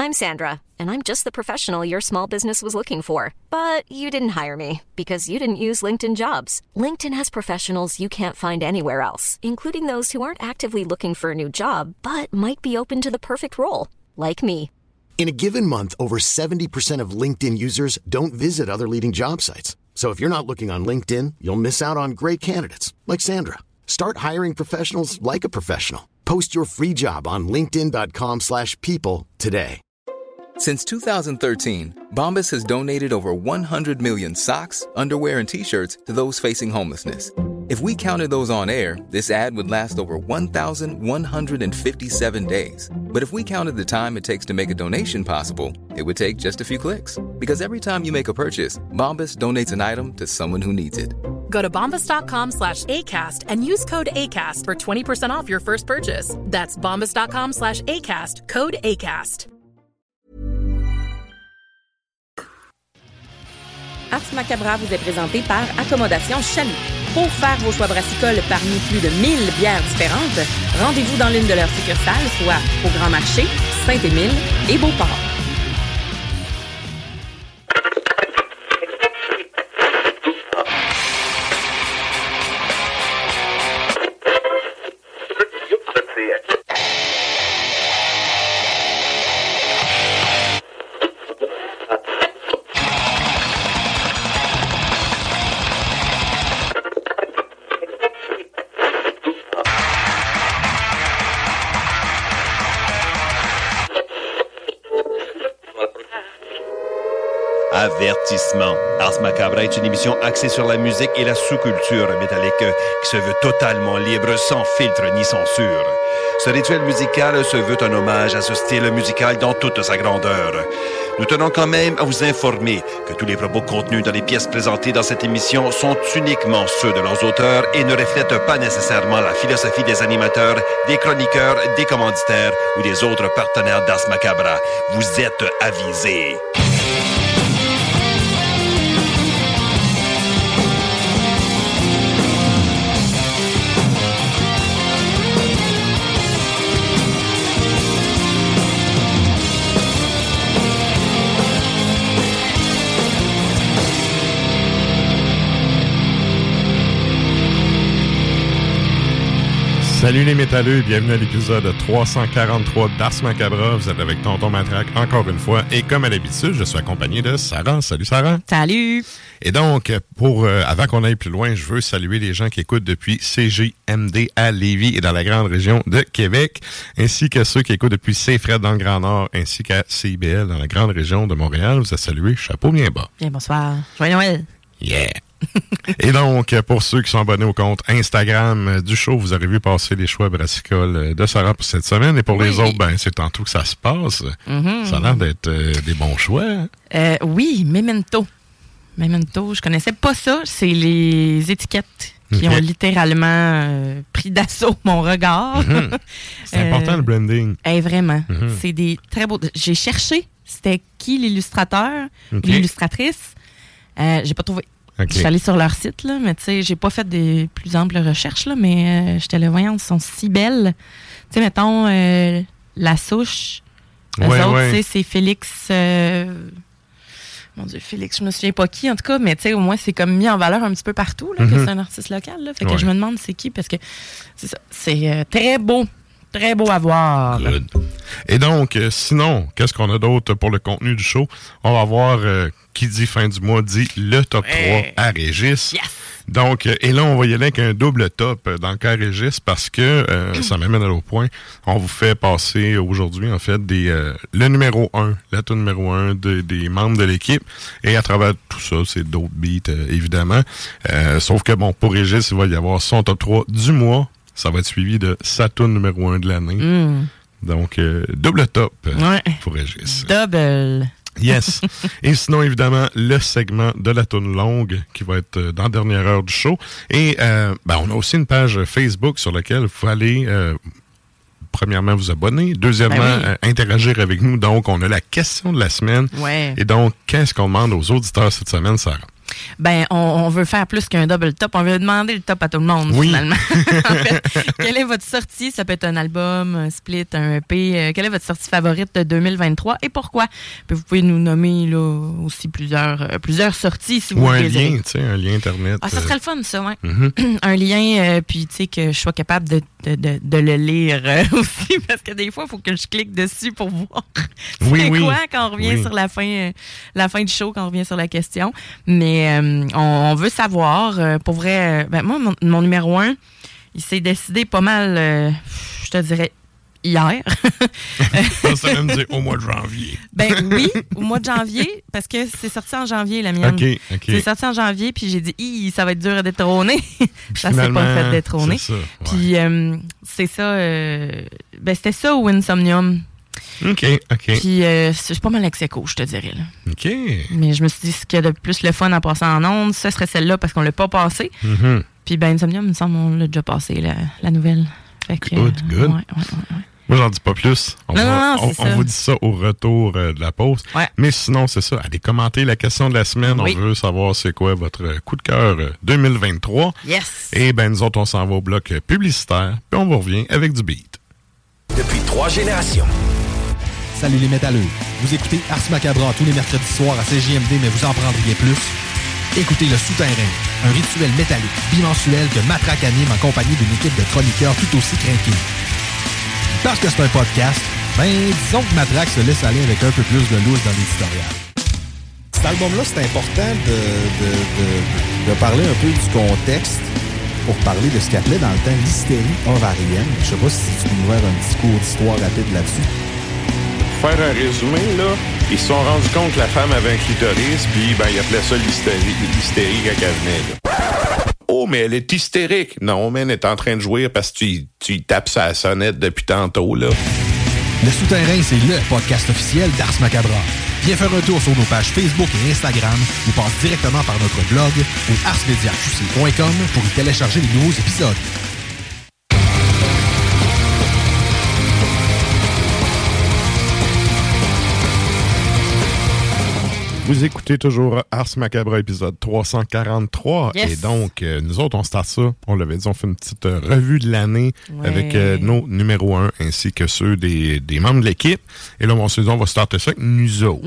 I'm Sandra, and I'm just the professional your small business was looking for. But you didn't hire me because you didn't use LinkedIn Jobs. LinkedIn has professionals you can't find anywhere else, including those who aren't actively looking for a new job, but might be open to the perfect role, like me. In a given month, over 70% of LinkedIn users don't visit other leading job sites. So if you're not looking on LinkedIn, you'll miss out on great candidates like Sandra. Start hiring professionals like a professional. Post your free job on linkedin.com/people today. Since 2013, Bombas has donated over 100 million socks, underwear, and T-shirts to those facing homelessness. If we counted those on air, this ad would last over 1,157 days. But if we counted the time it takes to make a donation possible, it would take just a few clicks. Because every time you make a purchase, Bombas donates an item to someone who needs it. Go to bombas.com/ACAST and use code ACAST for 20% off your first purchase. That's bombas.com/ACAST, code ACAST. Ars Macabra vous est présenté par Accommodation Chalut. Pour faire vos choix brassicoles parmi plus de 1000 bières différentes, rendez-vous dans l'une de leurs succursales, soit au Grand Marché, Saint-Émile et Beauport. Avertissement. Ars Macabra est une émission axée sur la musique et la sous-culture métallique qui se veut totalement libre, sans filtre ni censure. Ce rituel musical se veut un hommage à ce style musical dans toute sa grandeur. Nous tenons quand même à vous informer que tous les propos contenus dans les pièces présentées dans cette émission sont uniquement ceux de leurs auteurs et ne reflètent pas nécessairement la philosophie des animateurs, des chroniqueurs, des commanditaires ou des autres partenaires d'Ars Macabra. Vous êtes avisés. Salut les métalleux, bienvenue à l'épisode 343 d'Ars Macabra. Vous êtes avec Tonton Matraque encore une fois. Et comme à l'habitude, je suis accompagné de Sarah. Salut Sarah. Salut. Et donc, avant qu'on aille plus loin, je veux saluer les gens qui écoutent depuis CJMD à Lévis et dans la grande région de Québec, ainsi que ceux qui écoutent depuis CFRED dans le Grand Nord, ainsi qu'à CIBL dans la grande région de Montréal. Vous êtes salués, chapeau bien bas. Bien, bonsoir. Joyeux Noël. Yeah. Et donc, pour ceux qui sont abonnés au compte Instagram du show, vous avez vu passer les choix brassicoles de Sarah pour cette semaine. Et pour les autres, ben c'est tantôt que ça se passe. Mm-hmm. Ça a l'air d'être des bons choix. Oui, Memento. Memento, je connaissais pas ça. C'est les étiquettes qui ont littéralement pris d'assaut mon regard. Mm-hmm. C'est important le branding. Vraiment. Mm-hmm. C'est des très beaux... J'ai cherché c'était qui l'illustrateur, l'illustratrice. J'ai pas trouvé. Okay. Je suis allée sur leur site, là, mais tu sais, j'ai pas fait des plus amples recherches, là, mais j'étais là, voyons, ils sont si belles. Tu sais, mettons, La Souche, eux autres, tu sais, c'est Félix... Mon Dieu, Félix, je me souviens pas qui, en tout cas, mais tu sais, au moins, c'est comme mis en valeur un petit peu partout, là, que c'est un artiste local, là. Fait que je me demande c'est qui, parce que c'est ça, c'est très beau. Très beau à voir. Good. Et donc, sinon, qu'est-ce qu'on a d'autre pour le contenu du show? On va voir qui dit fin du mois dit le top 3 à Régis. Yes. Donc, et là, on va y aller avec un double top dans le cas Régis parce que ça m'amène à l'autre point. On vous fait passer aujourd'hui, en fait, le numéro 1, la tour numéro 1 des membres de l'équipe. Et à travers tout ça, c'est d'autres beats, évidemment. Sauf que, bon, pour Régis, il va y avoir son top 3 du mois. Ça va être suivi de sa tour numéro 1 de l'année. Donc, double top pour Régis. Double. Yes. Et sinon, évidemment, le segment de la toune longue qui va être dans la dernière heure du show. Et on a aussi une page Facebook sur laquelle vous pouvez aller... premièrement, vous abonner. Deuxièmement, interagir avec nous. Donc, on a la question de la semaine. Ouais. Et donc, qu'est-ce qu'on demande aux auditeurs cette semaine, Sarah? Ben, on veut faire plus qu'un double top. On veut demander le top à tout le monde, finalement. En fait, quelle est votre sortie? Ça peut être un album, un split, un EP. Quelle est votre sortie favorite de 2023 et pourquoi? Puis vous pouvez nous nommer là, aussi plusieurs sorties si vous voulez. Ou un lien, tu sais, un lien Internet. Ah, ça serait le fun, ça, ouais. Un lien, puis tu sais, que je sois capable de le lire aussi, parce que des fois, il faut que je clique dessus pour voir quoi quand on revient sur la fin du show, quand on revient sur la question. Mais on veut savoir, pour vrai, moi, mon numéro 1, il s'est décidé pas mal, je te dirais, hier. Ça même dire au mois de janvier. Ben oui, au mois de janvier, parce que c'est sorti en janvier, la mienne. OK. C'est sorti en janvier, puis j'ai dit, ça va être dur à détrôner. Ça s'est pas fait détrôner. C'est ça, puis c'est ça, c'était ça ou Insomnium. OK. Puis c'est pas mal ex-aequo, je te dirais. Là. OK. Mais je me suis dit, ce qu'il y a de plus le fun en passant en ondes, ce serait celle-là parce qu'on l'a pas passé. Puis Insomnium, il me semble qu'on l'a déjà passé, la nouvelle. Fait que, good. Ouais. Moi, j'en dis pas plus. On vous dit ça au retour de la pause. Ouais. Mais sinon, c'est ça. Allez commenter la question de la semaine. Oui. On veut savoir c'est quoi votre coup de cœur 2023. Yes. Et nous autres, on s'en va au bloc publicitaire. Puis on vous revient avec du beat. Depuis 3 générations. Salut les métalleux. Vous écoutez Ars Macabra tous les mercredis soirs à CJMD, mais vous en prendriez plus? Écoutez Le Souterrain, un rituel métallique bimensuel que Matraque anime en compagnie d'une équipe de chroniqueurs tout aussi crinqués. Parce que c'est un podcast, disons que Matraque se laisse aller avec un peu plus de loose dans l'éditorial. Cet album-là, c'est important de parler un peu du contexte pour parler de ce qu'appelait dans le temps l'hystérie ovarienne. Je sais pas si tu peux nous faire un petit cours d'histoire rapide là-dessus. Pour faire un résumé, là, ils se sont rendus compte que la femme avait un clitoris, puis ils appelaient ça l'hystérie quand elle venait. Là. Oh, mais elle est hystérique. Non, mais elle est en train de jouir parce que tu tapes sa sonnette depuis tantôt, là. Le Souterrain, c'est le podcast officiel d'Ars Macabra. Viens faire un tour sur nos pages Facebook et Instagram ou passe directement par notre blog au arsmediaqc.com pour y télécharger les nouveaux épisodes. Vous écoutez toujours Ars Macabra, épisode 343. Yes. Et donc, nous autres, on start ça. On l'avait dit, on fait une petite revue de l'année avec nos numéros 1 ainsi que ceux des membres de l'équipe. Et là, on s'est dit, on va starter ça avec nous autres.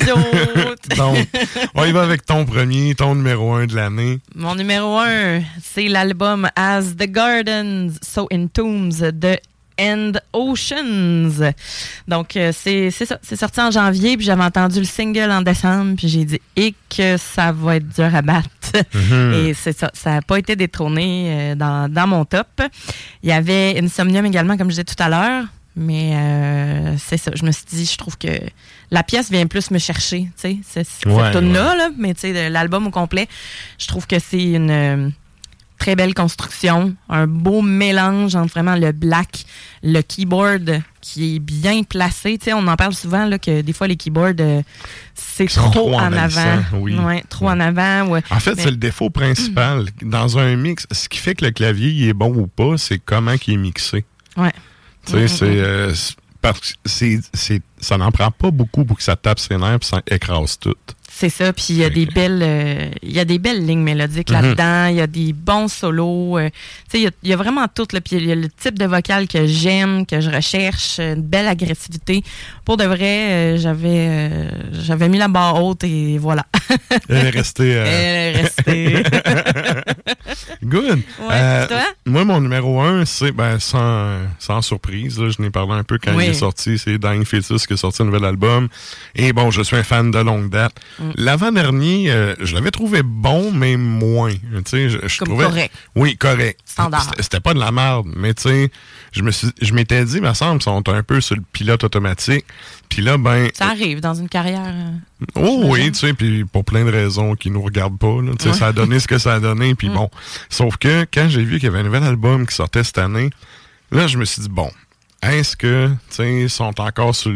Donc, on y va avec ton numéro 1 de l'année. Mon numéro 1, c'est l'album As the Gardens So Entombs de And Oceans. Donc, c'est ça. C'est sorti en janvier, puis j'avais entendu le single en décembre, puis j'ai dit que ça va être dur à battre. Et c'est ça. Ça n'a pas été détrôné dans mon top. Il y avait Insomnium également, comme je disais tout à l'heure, mais c'est ça. Je me suis dit, je trouve que la pièce vient plus me chercher, tu sais. Cette tune-là, là, mais tu sais, l'album au complet, je trouve que c'est une très belle construction, un beau mélange entre vraiment le black, le keyboard qui est bien placé. Tu sais, on en parle souvent là, que des fois les keyboards, c'est trop en avant. Trop en avant. Ouais. En fait, c'est le défaut principal. Dans un mix, ce qui fait que le clavier il est bon ou pas, c'est comment il est mixé. Ouais. Tu sais, parce que ça n'en prend pas beaucoup pour que ça tape ses nerfs et ça écrase tout. C'est ça, puis il y a des belles lignes mélodiques là-dedans, il y a des bons solos, tu sais, il y a vraiment tout, là, puis il y a le type de vocal que j'aime, que je recherche, une belle agressivité. Pour de vrai, j'avais mis la barre haute et voilà. Elle est restée. Good. Ouais, toi? Moi, mon numéro 1, c'est, sans surprise, là, je n'ai parlé un peu quand il est sorti, c'est Dying Fetus qui a sorti un nouvel album. Et bon, je suis un fan de longue date. L'avant-dernier, je l'avais trouvé bon, mais moins. Tu sais, je trouvais correct. Oui, correct. Standard. C'était pas de la merde, mais tu sais, je m'étais dit, il me semble, ils sont un peu sur le pilote automatique. Puis là, ça arrive dans une carrière. Oui, tu sais, puis pour plein de raisons qui nous regardent pas. Là, ça a donné ce que ça a donné, puis bon. Sauf que quand j'ai vu qu'il y avait un nouvel album qui sortait cette année, là, je me suis dit, bon, est-ce que, tu sais, ils sont encore sur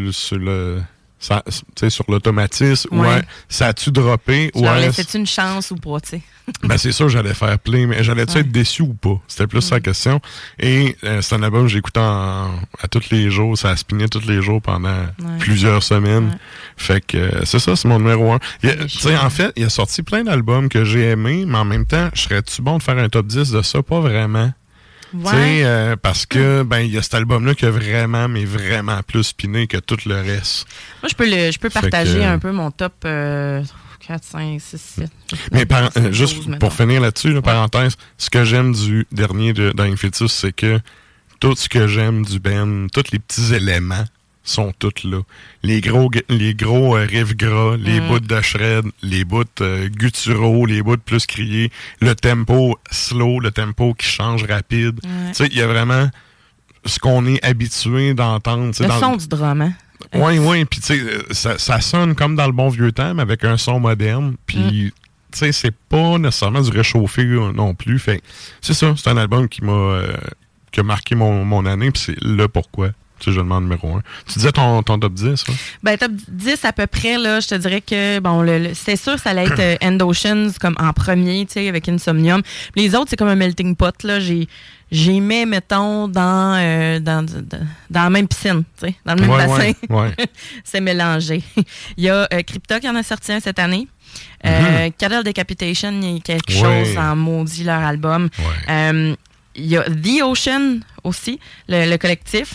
l'automatisme, ça a-tu droppé? Tu leur laissais-tu une chance ou pas, tu sais? Ben, c'est sûr, j'allais faire plein, mais j'allais-tu être déçu ou pas? C'était plus ça la question. Et c'est un album que j'écoutais à tous les jours. Ça a spinné tous les jours pendant plusieurs semaines. Ouais. Fait que c'est ça, c'est mon numéro 1. En fait, il a sorti plein d'albums que j'ai aimés, mais en même temps, serais-tu bon de faire un top 10 de ça? Pas vraiment. Ouais. Parce que il y a cet album-là qui a vraiment, mais vraiment plus spiné que tout le reste. Moi, je peux partager un peu mon top 4, 5, 6, 7. Mais juste pour finir là-dessus, parenthèse, ce que j'aime du dernier de Dying Fetus, c'est que tout ce que j'aime du band, tous les petits éléments sont tous là. Les gros riffs gras, les bouts de shred, les bouts gutturaux, les bouts plus criés, le tempo slow, le tempo qui change rapide. Tu sais, il y a vraiment ce qu'on est habitué d'entendre. Le son du drum, hein? Oui, puis tu sais, ça sonne comme dans le bon vieux temps, mais avec un son moderne, puis tu sais, c'est pas nécessairement du réchauffé non plus. Fait c'est ça, c'est un album qui a marqué mon année, puis c'est le pourquoi. Je demande numéro 1. Tu disais ton top 10, hein? Ben, top 10 à peu près, là, je te dirais que, bon, c'est sûr, ça allait être End Oceans comme en premier, tu sais, avec Insomnium. Les autres, c'est comme un melting pot, là. J'ai mis, mettons, dans la même piscine, tu sais, dans le même bassin. Ouais. C'est mélangé. Il y a Crypta qui en a sorti un cette année. Cattle Decapitation, il y a quelque chose en maudit leur album. Ouais. Il y a The Ocean aussi, le collectif.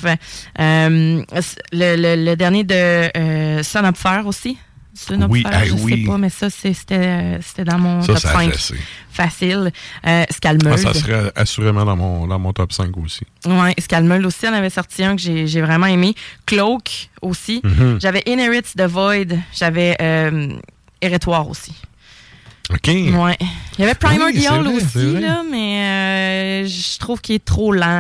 Le dernier de Son of Fire aussi. Son of Fire, je sais pas, mais ça, c'était dans mon top 5. Facile. Scalmeul. Ça serait assurément dans mon top 5 aussi. Oui, Scalmeul aussi, on avait sorti un que j'ai vraiment aimé. Cloak aussi. J'avais Inherits the Void. J'avais Hérétoire aussi. OK. Ouais. Il y avait Primordial aussi, là, mais je trouve qu'il est trop lent.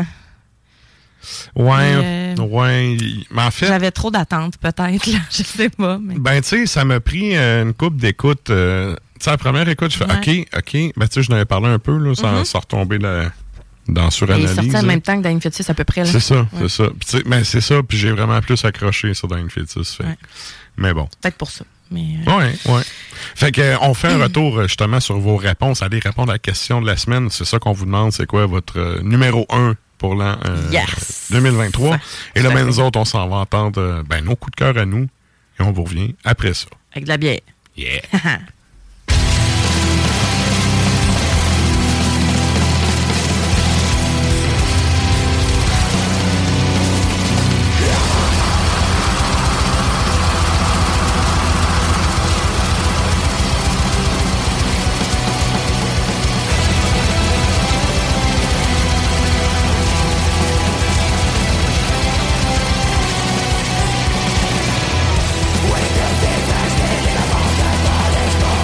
Ouais. Mais en fait. J'avais trop d'attentes, peut-être, là. Je sais pas. Mais... Ben, tu sais, ça m'a pris une couple d'écoutes. Tu sais, la première écoute, je fais OK. Ben, tu sais, je n'avais parlé un peu, là, sans retomber dans suranalyse. Il est sorti en même temps que Dying Fetus, à peu près, là. C'est ça, c'est ça. Puis, c'est ça, puis j'ai vraiment plus accroché sur Dying Fetus. Fait. Mais bon. Peut-être pour ça. Oui. Fait que on fait un retour justement sur vos réponses. Allez répondre à la question de la semaine. C'est ça qu'on vous demande. C'est quoi votre numéro 1 pour l'an 2023? Et là, nous autres, on s'en va entendre nos coups de cœur à nous. Et on vous revient après ça. Avec de la bière. Yeah. With the defense, taking the moment, but it's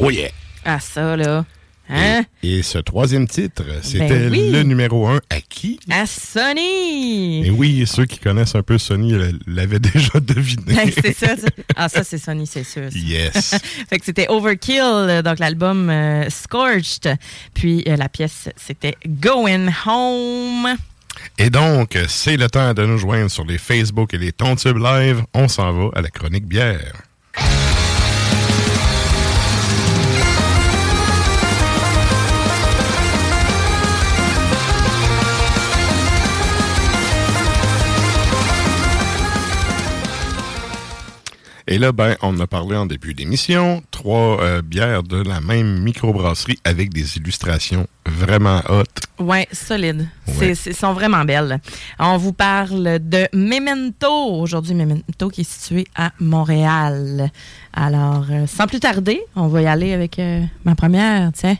Oh yeah! Ah, ça, là. Hein? Et ce troisième titre, c'était le numéro 1 à qui? À Sony! Et oui, ceux qui connaissent un peu Sony l'avaient déjà deviné. C'est ça. Ah, ça, c'est Sony, c'est sûr. Ça. Yes! Fait que c'était Overkill, donc l'album Scorched. Puis la pièce, c'était Going Home. Et donc, c'est le temps de nous joindre sur les Facebook et les Tontubes Live. On s'en va à la chronique bière. Et là, on a parlé en début d'émission, 3 bières de la même microbrasserie avec des illustrations vraiment hot. Ouais, solide. Ouais. Sont vraiment belles. On vous parle de Memento. Aujourd'hui, Memento qui est situé à Montréal. Alors, sans plus tarder, on va y aller avec ma première, tiens.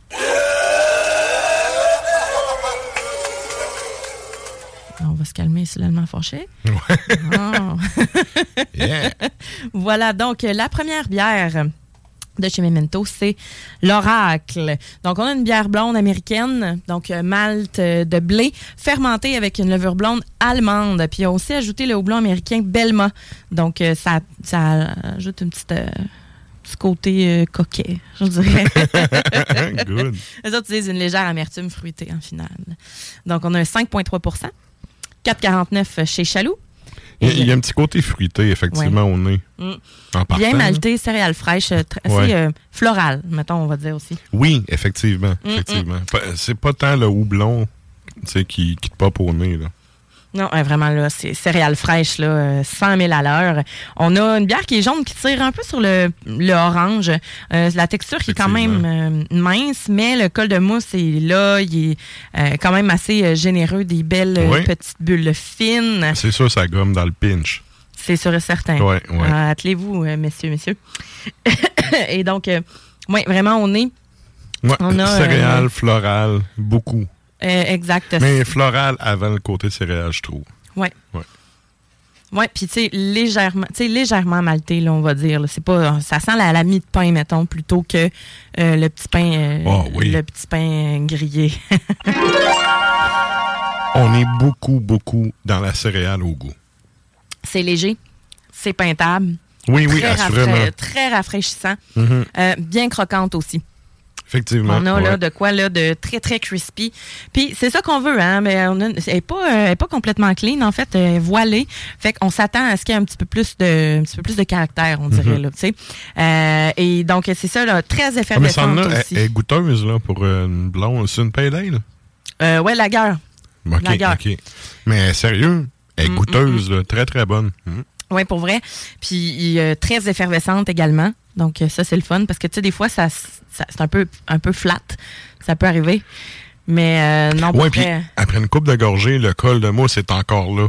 On va se calmer, c'est l'allemand fâché. Ouais. Oh. Yeah. Voilà, donc la première bière de chez Memento, c'est l'Oracle. Donc, on a une bière blonde américaine, donc malt de blé, fermentée avec une levure blonde allemande. Puis, on a aussi ajouté le houblon américain Belma. Donc, ça ajoute un petit côté coquet, je dirais. Good. Les autres utilisent une légère amertume fruitée en finale. Donc, on a un 5,3 4,49 chez Chaloux. Il y a un petit côté fruité, effectivement, au nez. En partant, bien malté, céréales fraîches, assez floral, mettons, on va dire aussi. Oui, effectivement. C'est pas tant le houblon qui te pop au nez, là. Non, vraiment, là, c'est céréales fraîches, là, 100 000 à l'heure. On a une bière qui est jaune, qui tire un peu sur le orange. La texture qui est quand même mince, mais le col de mousse est là. Il est quand même assez généreux, des belles petites bulles fines. C'est sûr, ça gomme dans le pinch. C'est sûr et certain. Ouais. Attelez-vous, messieurs. Et donc, vraiment, on est... on a céréales, florales, beaucoup. Exact. Mais floral avant le côté céréales, je trouve. Oui. Oui, puis tu sais, légèrement malté, là, on va dire. Là. C'est pas, ça sent la mie de pain, mettons, plutôt que le petit pain le petit pain grillé. On est beaucoup dans la céréale au goût. C'est léger, c'est peintable. Oui, assurément. Très rafraîchissant. Bien croquante aussi. Effectivement. On a là de quoi là de très très crispy. Puis c'est ça qu'on veut, hein. Mais elle est pas complètement clean en fait, elle est voilée. Fait qu'on s'attend à ce qu'il y ait un petit peu plus de caractère, on dirait là, tu sais. Et donc c'est ça là, très effervescente aussi. Elle est goûteuse là pour une blonde, c'est une pale ale. Ouais, lager. OK. Mais sérieux, elle est goûteuse là, très très bonne. Oui, pour vrai. Puis très effervescente également. Donc ça, c'est le fun parce que tu sais, des fois, ça c'est un peu flat. Ça peut arriver. Mais non, oui, puis après une coupe de gorgée, le col de mousse est encore là.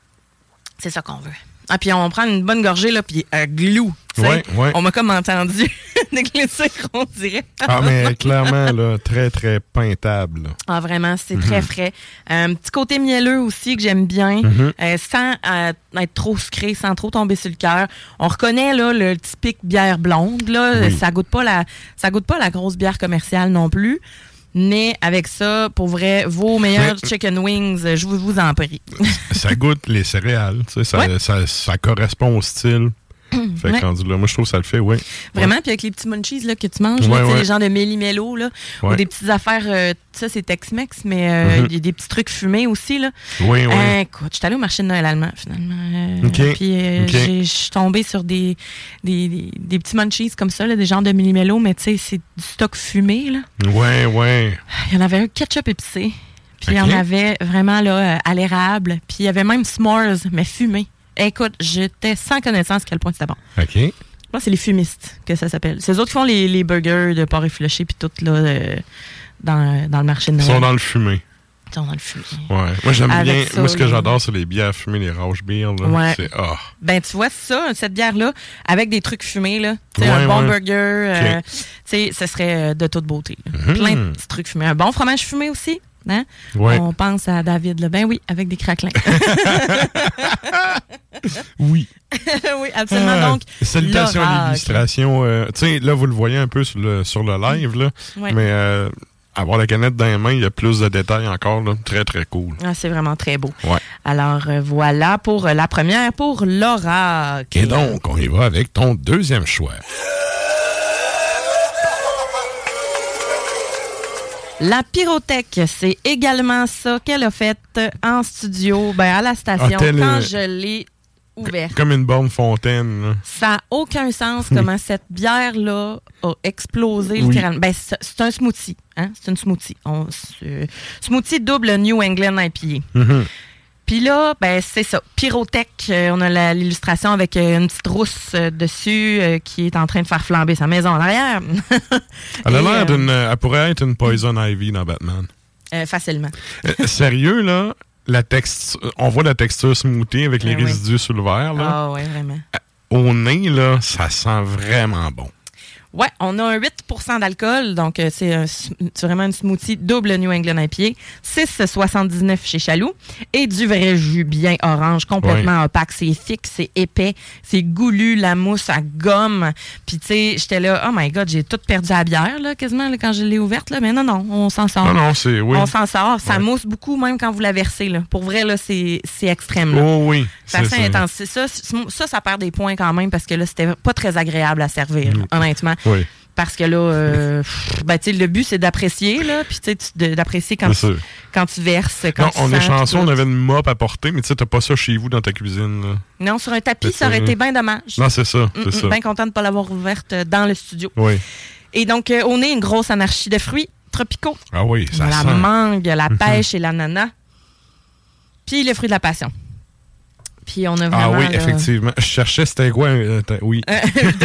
C'est ça qu'on veut. Ah, puis on prend une bonne gorgée, là, puis glou. Ouais. On m'a comme entendu déglutir, on dirait. Ah, mais clairement, là, très, très peintable. Là. Ah, vraiment, c'est très frais. Un petit côté mielleux aussi que j'aime bien, sans être trop sucré, sans trop tomber sur le cœur. On reconnaît, là, le typique bière blonde, là. Oui. Ça goûte pas la grosse bière commerciale non plus. Mais avec ça, pour vrai, vos meilleurs chicken wings, je vous en prie. Ça goûte les céréales, tu sais, ça correspond au style. Fait que rendu là, moi je trouve que ça le fait, oui. Vraiment, puis avec les petits munchies là, que tu manges, là, les gens de méli-mélo, là, ou des petites affaires, ça c'est Tex-Mex, mais il y a des petits trucs fumés aussi. Là. Oui. Écoute, je suis allée au marché de Noël allemand, finalement. Puis je suis tombée sur des petits munchies comme ça, là, des genres de méli-mélo, mais tu sais, c'est du stock fumé. Là. Oui. Il y en avait un ketchup épicé, puis il y en avait vraiment là, à l'érable, puis il y avait même s'mores, mais fumé. Écoute, j'étais sans connaissance à quel point c'était bon. OK. Moi, c'est les fumistes que ça s'appelle. C'est eux autres qui font les burgers de porc effiloché puis tout là dans le marché de Noël. Ils sont dans le fumé. Ils sont dans le fumé. Ouais. Moi, j'aime bien. Moi, ce que j'adore, c'est les bières fumées, les Rauch Beer. Là. Ouais. C'est Ben, tu vois, ça, cette bière-là, avec des trucs fumés, là. Tu sais, un bon burger, tu sais, ce serait de toute beauté. Plein de petits trucs fumés. Un bon fromage fumé aussi. Hein? Ouais. On pense à David, là. Ben oui, avec des craquelins. Oui. Oui, absolument. Donc, salutations à l'illustration. Tu sais, là, vous le voyez un peu sur le live, là. Ouais. Mais avoir la canette dans les mains, il y a plus de détails encore, là. Très, très cool. Ah, c'est vraiment très beau. Ouais. Alors, voilà pour la première, pour l'oracle. Et donc, on y va avec ton deuxième choix. La Pyrotech, c'est également ça qu'elle a fait en studio, à la station, quand je l'ai ouverte. Comme une borne fontaine. Là. Ça n'a aucun sens comment cette bière-là a explosé littéralement. C'est un smoothie. Hein? C'est une smoothie. Smoothie double New England IPA. Mm-hmm. Puis là, c'est ça. Pyrotech, on a l'illustration avec une petite rousse dessus qui est en train de faire flamber sa maison en arrière. Elle a l'air elle pourrait être une Poison Ivy dans Batman. Facilement. Sérieux, là, on voit la texture smoothie avec les résidus sous le verre. Là. Ah oui, vraiment. Au nez, là, ça sent vraiment bon. Ouais, on a un 8% d'alcool, donc c'est vraiment une smoothie double New England IPA, 6,79 chez Chaloux, et du vrai jus bien orange, complètement opaque, c'est fixe, c'est épais, c'est goulu, la mousse à gomme, puis tu sais, j'étais là, oh my God, j'ai tout perdu à la bière, là, quasiment, là, quand je l'ai ouverte, là, mais non, on s'en sort. Non, on s'en sort, ça mousse beaucoup, même quand vous la versez, là. Pour vrai, là, c'est extrême, là. Oh oui. C'est assez intense. Ça perd des points quand même, parce que là, c'était pas très agréable à servir, honnêtement. Oui. Parce que là, le but, c'est d'apprécier, là, puis d'apprécier quand tu verses. Quand on est chanceux, on avait une mop à porter, mais tu sais, t'as pas ça chez vous dans ta cuisine. Là. Non, sur un tapis, ça aurait été bien dommage. Non, c'est ça. Bien content de ne pas l'avoir ouverte dans le studio. Oui. Et donc, on est une grosse anarchie de fruits tropicaux. Ah oui, ça la sent. La mangue, la pêche et l'ananas. Puis les fruits de la passion. Puis on a vraiment... Ah oui, effectivement. Je cherchais c'était quoi. Oui. T'as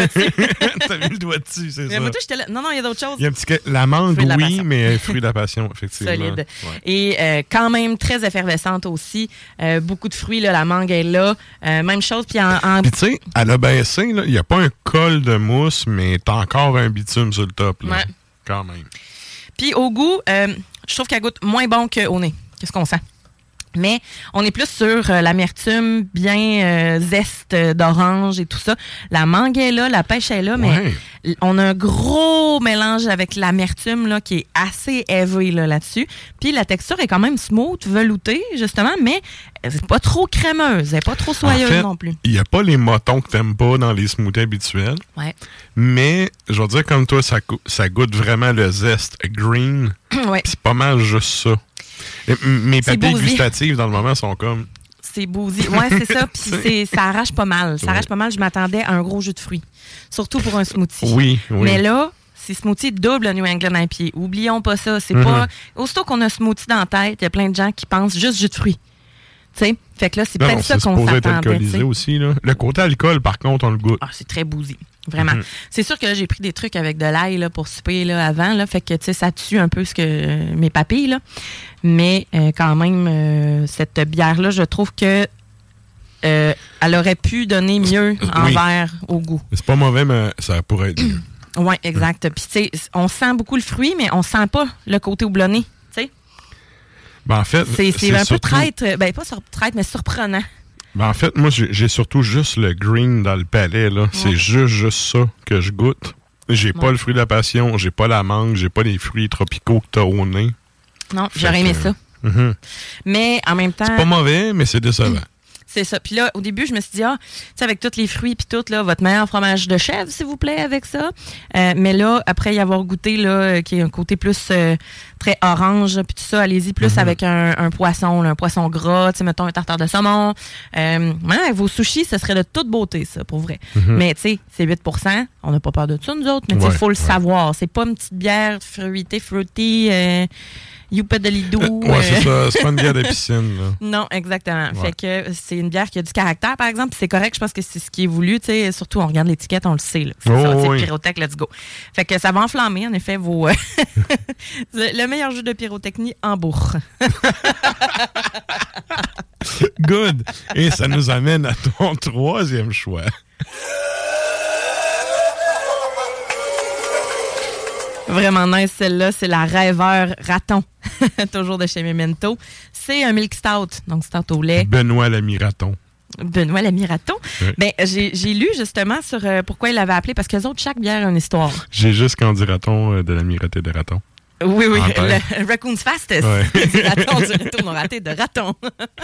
mis le doigt dessus, c'est ça. Moi, j'étais là. Non, il y a d'autres choses. Il y a un petit... La mangue, oui, mais fruit de la passion, effectivement. Solide. Ouais. Et quand même très effervescente aussi. Beaucoup de fruits, là, la mangue est là. Même chose. Puis tu sais, elle a baissé, il n'y a pas un col de mousse, mais t'as encore un bitume sur le top. Là. Ouais. Quand même. Puis au goût, je trouve qu'elle goûte moins bon qu'au nez. Qu'est-ce qu'on sent? Mais on est plus sur l'amertume bien zeste d'orange et tout ça. La mangue est là, la pêche est là, mais on a un gros mélange avec l'amertume là, qui est assez heavy là-dessus. Puis la texture est quand même smooth, veloutée, justement, mais c'est pas trop crémeuse, elle n'est pas trop soyeuse non plus. Il n'y a pas les motons que t'aimes pas dans les smoothies habituels. Ouais. Mais, je veux dire, comme toi, ça goûte vraiment le zeste green. Ouais. C'est pas mal juste ça. Mes papilles gustatives, dans le moment, sont comme... C'est bousy. Ouais, c'est ça. Puis ça arrache pas mal. Ça arrache pas mal. Je m'attendais à un gros jus de fruits. Surtout pour un smoothie. Oui. Mais là, c'est smoothie double New England IPA. Oublions pas ça. C'est pas... Aussitôt qu'on a smoothie dans la tête, il y a plein de gens qui pensent juste jus de fruits. Tu sais? Fait que là, c'est peut-être ça qu'on s'attendait. C'est alcoolisé aussi, là. Le côté alcool, par contre, on le goûte. Ah, c'est très bousy. Vraiment. C'est sûr que là, j'ai pris des trucs avec de l'ail là, pour souper là, avant. Là, fait que ça tue un peu mes papilles. Là. Mais quand même, cette bière-là, je trouve que elle aurait pu donner mieux en verre au goût. C'est pas mauvais, mais ça pourrait être mieux. Oui, exact. Puis tu sais, on sent beaucoup le fruit, mais on sent pas le côté houblonné. En fait, c'est un peu traître, pas traître, mais surprenant. En fait, moi, j'ai surtout juste le green dans le palais. Là. Ouais. C'est juste ça que je goûte. J'ai pas le fruit de la passion, j'ai pas la mangue, j'ai pas les fruits tropicaux que t'as au nez. Non, j'aurais aimé ça. Mais en même temps... C'est pas mauvais, mais c'est décevant. C'est ça. Puis là, au début, je me suis dit, tu sais, avec tous les fruits puis tout, là, votre meilleur fromage de chèvre, s'il vous plaît, avec ça. Mais là, après y avoir goûté, là, qui est un côté plus très orange, puis tout ça, allez-y plus avec un poisson, là, un poisson gras, tu sais, mettons un tartare de saumon. Vos sushis, ce serait de toute beauté, ça, pour vrai. Mais, tu sais, c'est 8%. On n'a pas peur de ça, nous autres, mais il faut le savoir. C'est pas une petite bière fruity, youpa de lidou. C'est ça. C'est pas une bière de piscine, là. Non, exactement. Fait que c'est une bière qui a du caractère, par exemple, c'est correct. Je pense que c'est ce qui est voulu, tu sais. Surtout, on regarde l'étiquette, on le sait, là. C'est ça, Pyrotech, let's go. Fait que ça va enflammer, en effet, vos... le meilleur jeu de pyrotechnie en bourre. Good. Et ça nous amène à ton troisième choix. Vraiment nice, celle-là. C'est la Rêveur Raton. Toujours de chez Memento. C'est un milk stout, donc stout au lait. Benoît l'ami Raton. Benoît l'ami raton. Oui. Ben, j'ai lu justement sur pourquoi il l'avait appelé, parce qu'eux autres, chaque bière a une histoire. J'ai juste quand on dit raton de l'ami raté de raton. Oui, le Raccoon's Fastest. Ouais. Du raton, du retour non raté de raton.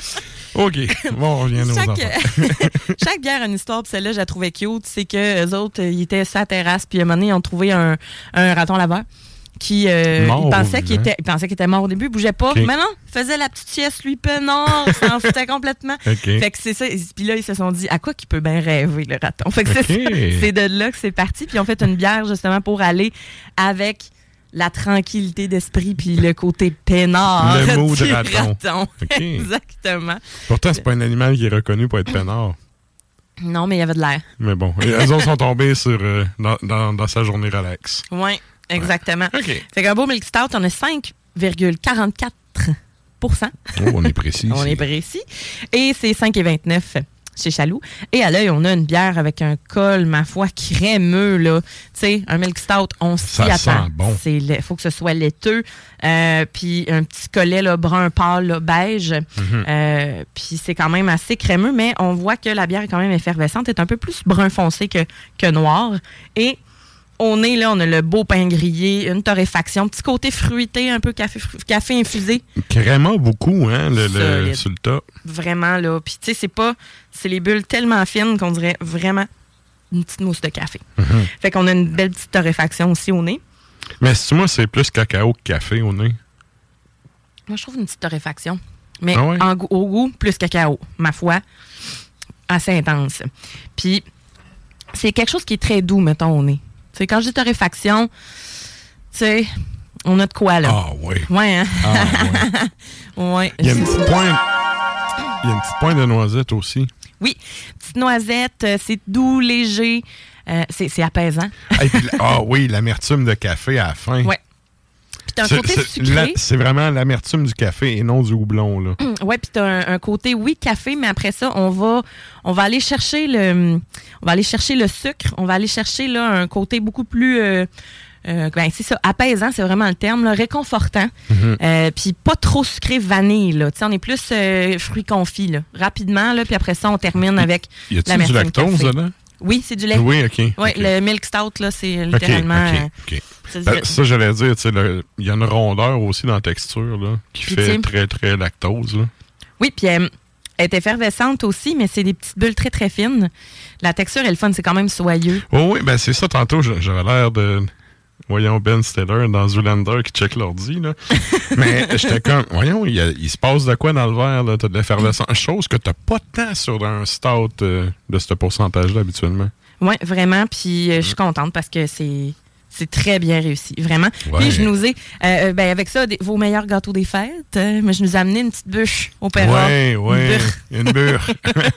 OK. Bon, on revient aux enfants. Chaque bière a une histoire, puis celle-là, je la trouvais cute. C'est qu'eux autres, ils étaient sur la terrasse, puis à un moment donné, ils ont trouvé un raton laveur qui il pensait qu'il était mort au début, il bougeait pas. Okay. Mais non, il faisait la petite sieste, lui, peinard, s'en foutait complètement. Okay. Fait que c'est ça. Puis là, ils se sont dit, à quoi qu'il peut bien rêver, le raton? Fait que c'est de là que c'est parti. Puis ils ont fait une bière, justement, pour aller avec la tranquillité d'esprit puis le côté peinard le mot de raton. Okay. Exactement. Pourtant, c'est pas un animal qui est reconnu pour être peinard. Non, mais il y avait de l'air. Mais bon, elles autres sont tombées sur, dans sa journée relax. Oui, exactement. Ouais. Okay. Fait qu'un beau Milk Stout, on a 5,44 %. Oh, on est précis. On est précis. Et c'est 5,29 chez Chaloux. Et à l'œil, on a une bière avec un col, ma foi, crémeux, là. Tu sais, un Milk Stout, on s'y attend. Ça sent bon. Il faut que ce soit laiteux. Puis un petit collet, là, brun pâle, là, beige. Mm-hmm. Puis c'est quand même assez crémeux, mais on voit que la bière est quand même effervescente. Elle est un peu plus brun foncé que noir. Et on a le beau pain grillé, une torréfaction, petit côté fruité, un peu café infusé. Crémeux beaucoup, hein, sur le top. Vraiment, là. Puis, tu sais, c'est les bulles tellement fines qu'on dirait vraiment une petite mousse de café. Mm-hmm. Fait qu'on a une belle petite torréfaction aussi au nez. Mais moi, c'est plus cacao que café au nez. Moi, je trouve une petite torréfaction. Mais au goût, plus cacao, ma foi, assez intense. Puis, c'est quelque chose qui est très doux, mettons, au nez. T'sais, quand je dis torréfaction, on a de quoi, là. Ah, oui. Ouais, hein? Ah, oui. Ouais. Il y a une petite pointe de noisette aussi. Oui. Petite noisette, c'est doux, léger, c'est apaisant. Oui, l'amertume de café à la fin. Oui. Puis t'as un côté sucré. C'est vraiment l'amertume du café et non du houblon, là. Oui, puis t'as un côté, café, mais après ça, on va aller chercher le sucre, on va aller chercher là un côté beaucoup plus c'est ça, apaisant, c'est vraiment le terme, là, réconfortant. Mm-hmm. Puis pas trop sucré vanille, là. Tu sais, on est plus fruits confits, là. Rapidement, là, puis après ça, on termine avec l'amertume du lactose, là? Oui, c'est du lait. Oui, OK. Oui, okay. Le Milk Stout, là, c'est littéralement... OK. Ça, j'allais dire, tu sais, il y a une rondeur aussi dans la texture, là, qui fait très, très lactose, là. Oui, puis elle est effervescente aussi, mais c'est des petites bulles très, très fines. La texture est le fun, c'est quand même soyeux. Oh, oui, ben c'est ça, tantôt, j'avais l'air de... Voyons Ben Stiller dans Zoolander qui check l'ordi, là. Mais j'étais comme, voyons, il se passe de quoi dans le verre, là? T'as de l'effervescence. Chose que t'as pas tant sur un stout de ce pourcentage-là, habituellement. Oui, vraiment. Puis je suis contente parce que c'est très bien réussi, vraiment. Ouais. Puis je nous ai, avec ça, vos meilleurs gâteaux des fêtes, mais je nous ai amené une petite bûche opéra. Oui, une bûche.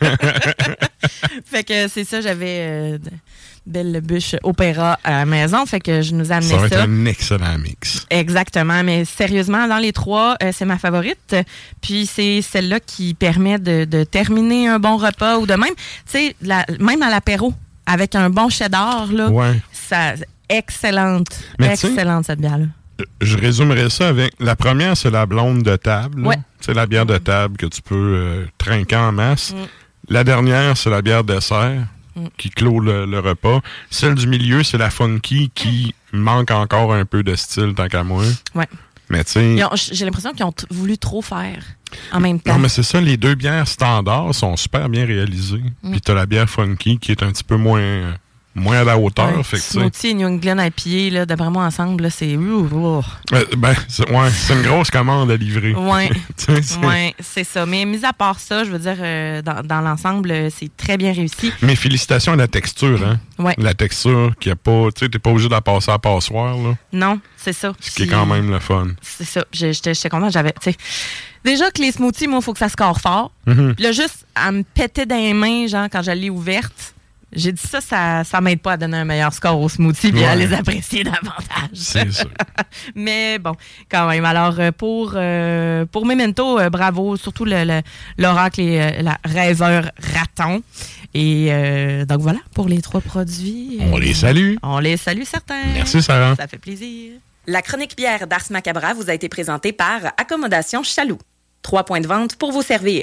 Fait que c'est ça, j'avais... belle bûche opéra à la maison. Fait que je nous ai amené ça. Ça va être un excellent mix. Exactement. Mais sérieusement, dans les trois, c'est ma favorite. Puis c'est celle-là qui permet de terminer un bon repas ou de même, tu sais, même à l'apéro, avec un bon cheddar, là. Ouais. Ça, excellente cette bière-là. Je résumerais ça avec... La première, c'est la blonde de table. Ouais. C'est la bière de table que tu peux trinquer en masse. La dernière, c'est la bière dessert qui clôt le repas. Celle du milieu, c'est la funky qui manque encore un peu de style, tant qu'à moi. Ouais. Mais tu sais... J'ai l'impression qu'ils ont voulu trop faire en même temps. Non, mais c'est ça, les deux bières standards sont super bien réalisées. Puis t'as la bière funky qui est un petit peu moins à la hauteur. Ouais, Smoothie et New England IPA, là, d'après moi, ensemble, là, c'est... c'est une grosse commande à livrer. Oui, c'est ça. Mais mis à part ça, je veux dire, dans l'ensemble, c'est très bien réussi. Mais félicitations à la texture, hein? Ouais. La texture qui a pas... Tu sais, t'es pas obligé de la passer à passoire, là. Non, c'est ça. Ce qui est quand même le fun. C'est ça. J'étais contente, déjà que les smoothies, moi, il faut que ça score fort. Mm-hmm. Puis là, juste à me péter dans les mains, genre, quand je l'ai ouverte, j'ai dit ça m'aide pas à donner un meilleur score aux smoothies et à les apprécier davantage. C'est sûr. Mais bon, quand même. Alors, pour Memento, bravo. Surtout l'oracle et la rêveur raton. Et donc voilà, pour les trois produits. On les salue. On les salue, certains. Merci, Sarah. Ça fait plaisir. La chronique bière d'Ars Macabra vous a été présentée par Accommodation Chaloux. 3 points de vente pour vous servir.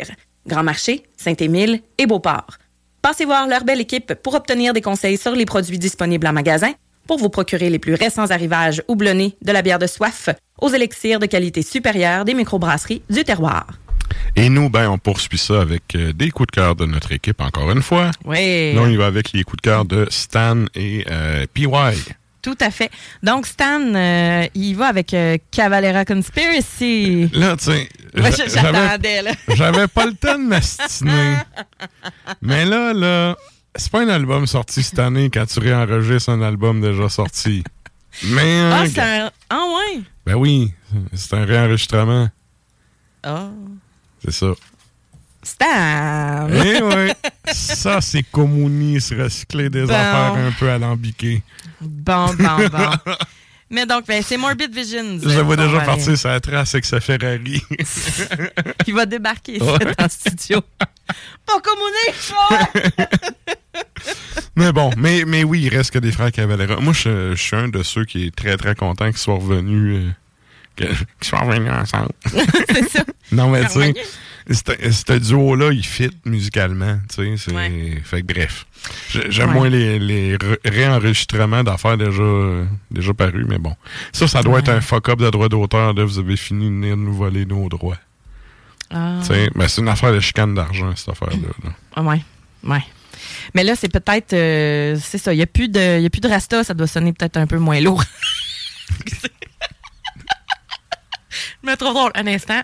Grand Marché, Saint-Émile et Beauport. Passez voir leur belle équipe pour obtenir des conseils sur les produits disponibles en magasin, pour vous procurer les plus récents arrivages houblonnés de la bière de soif aux élixirs de qualité supérieure des microbrasseries du terroir. Et nous, on poursuit ça avec des coups de cœur de notre équipe, encore une fois. Oui. Là, on y va avec les coups de cœur de Stan et PY. Tout à fait. Donc, Stan, il va avec Cavalera Conspiracy. Là, tu sais... J'attendais, là. J'avais pas le temps de m'astiner. Mais là, c'est pas un album sorti cette année quand tu réenregistres un album déjà sorti. Mais... c'est un... Ah, ouais? Ben oui, c'est un réenregistrement. Ah. C'est ça. Stan! Eh oui, ça, c'est communiste, recycler des affaires un peu alambiquées. Bon. Mais donc, c'est Morbid Visions. Je vois déjà partir sur la trace avec sa Ferrari. Il va débarquer dans le studio. Pas communiste! Mais bon, mais oui, il reste que des frères Cavalera. Moi, je suis un de ceux qui est très, très content qu'ils soient revenus... qu'ils soient revenus ensemble. C'est ça. Non, mais tu sais... Ce duo-là, il fit musicalement, tu sais. Ouais. Fait que bref. J'aime moins les réenregistrements d'affaires déjà parus, mais bon. Ça doit être un fuck-up de droit d'auteur. Là, vous avez fini de venir nous voler nos droits. Ah. Tu sais, c'est une affaire de chicane d'argent, cette affaire-là. Là. Ah, ouais. Mais là, c'est peut-être... c'est ça, il n'y a plus de Rasta, ça doit sonner peut-être un peu moins lourd. Je me trouve drôle. Un instant.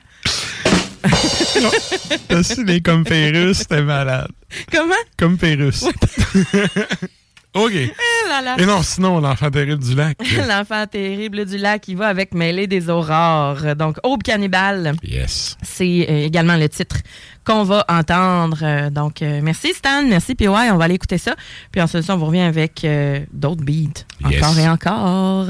Les comme Pérus, c'était malade. Comment? Comme Pérus. OK. Et non, sinon, l'enfant terrible du lac. L'enfant terrible du lac, il va avec Mêlée des aurores. Donc, Aube cannibale. Yes. C'est également le titre qu'on va entendre. Donc, merci Stan, merci PY. On va aller écouter ça. Puis ensuite, on vous revient avec d'autres beats. Yes. Encore et encore.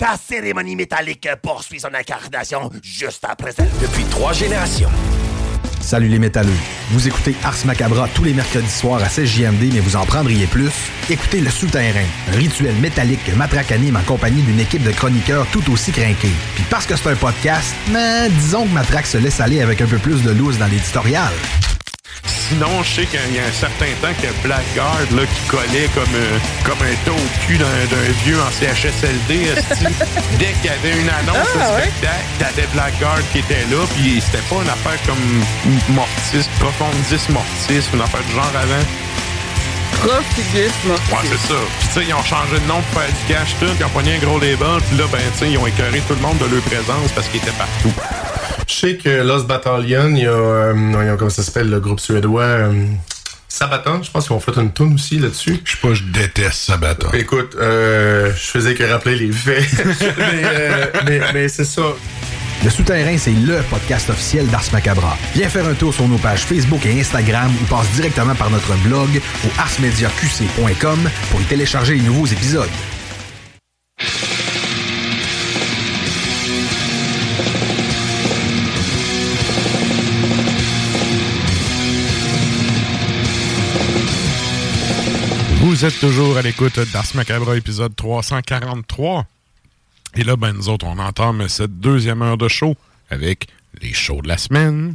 Ta cérémonie métallique poursuit son incarnation juste après elle. Depuis 3 générations. Salut les métalleux. Vous écoutez Ars Macabra tous les mercredis soirs à CJMD, mais vous en prendriez plus? Écoutez Le Souterrain, un rituel métallique que Matraque anime en compagnie d'une équipe de chroniqueurs tout aussi crinqués. Puis parce que c'est un podcast, mais disons que Matraque se laisse aller avec un peu plus de loose dans l'éditorial. Sinon, je sais qu'il y a un certain temps qu'il y a Blackguard là, qui collait comme un dos au cul d'un vieux en CHSLD. Dès qu'il y avait une annonce de spectacle, t'avais Blackguard qui était là, puis c'était pas une affaire comme Mortis, Profondis Mortis, une affaire du genre avant. Profondis Mortis. Ouais, c'est ça. Puis tu sais, ils ont changé de nom pour faire du cash, tout, ils ont pogné un gros label, puis là, ben tu sais, ils ont écœuré tout le monde de leur présence parce qu'ils étaient partout. Je sais que Lost Battalion, il y a comment ça s'appelle, le groupe suédois Sabaton, je pense qu'ils ont fait une toune aussi là-dessus. Je sais pas, je déteste Sabaton. Écoute, je faisais que rappeler les faits. mais c'est ça. Le Souterrain, c'est le podcast officiel d'Ars Macabra. Viens faire un tour sur nos pages Facebook et Instagram ou passe directement par notre blog au arsmediaqc.com pour y télécharger les nouveaux épisodes. Vous êtes toujours à l'écoute d'Ars Macabra, épisode 343. Et là, ben nous autres, on entame cette deuxième heure de show avec les shows de la semaine.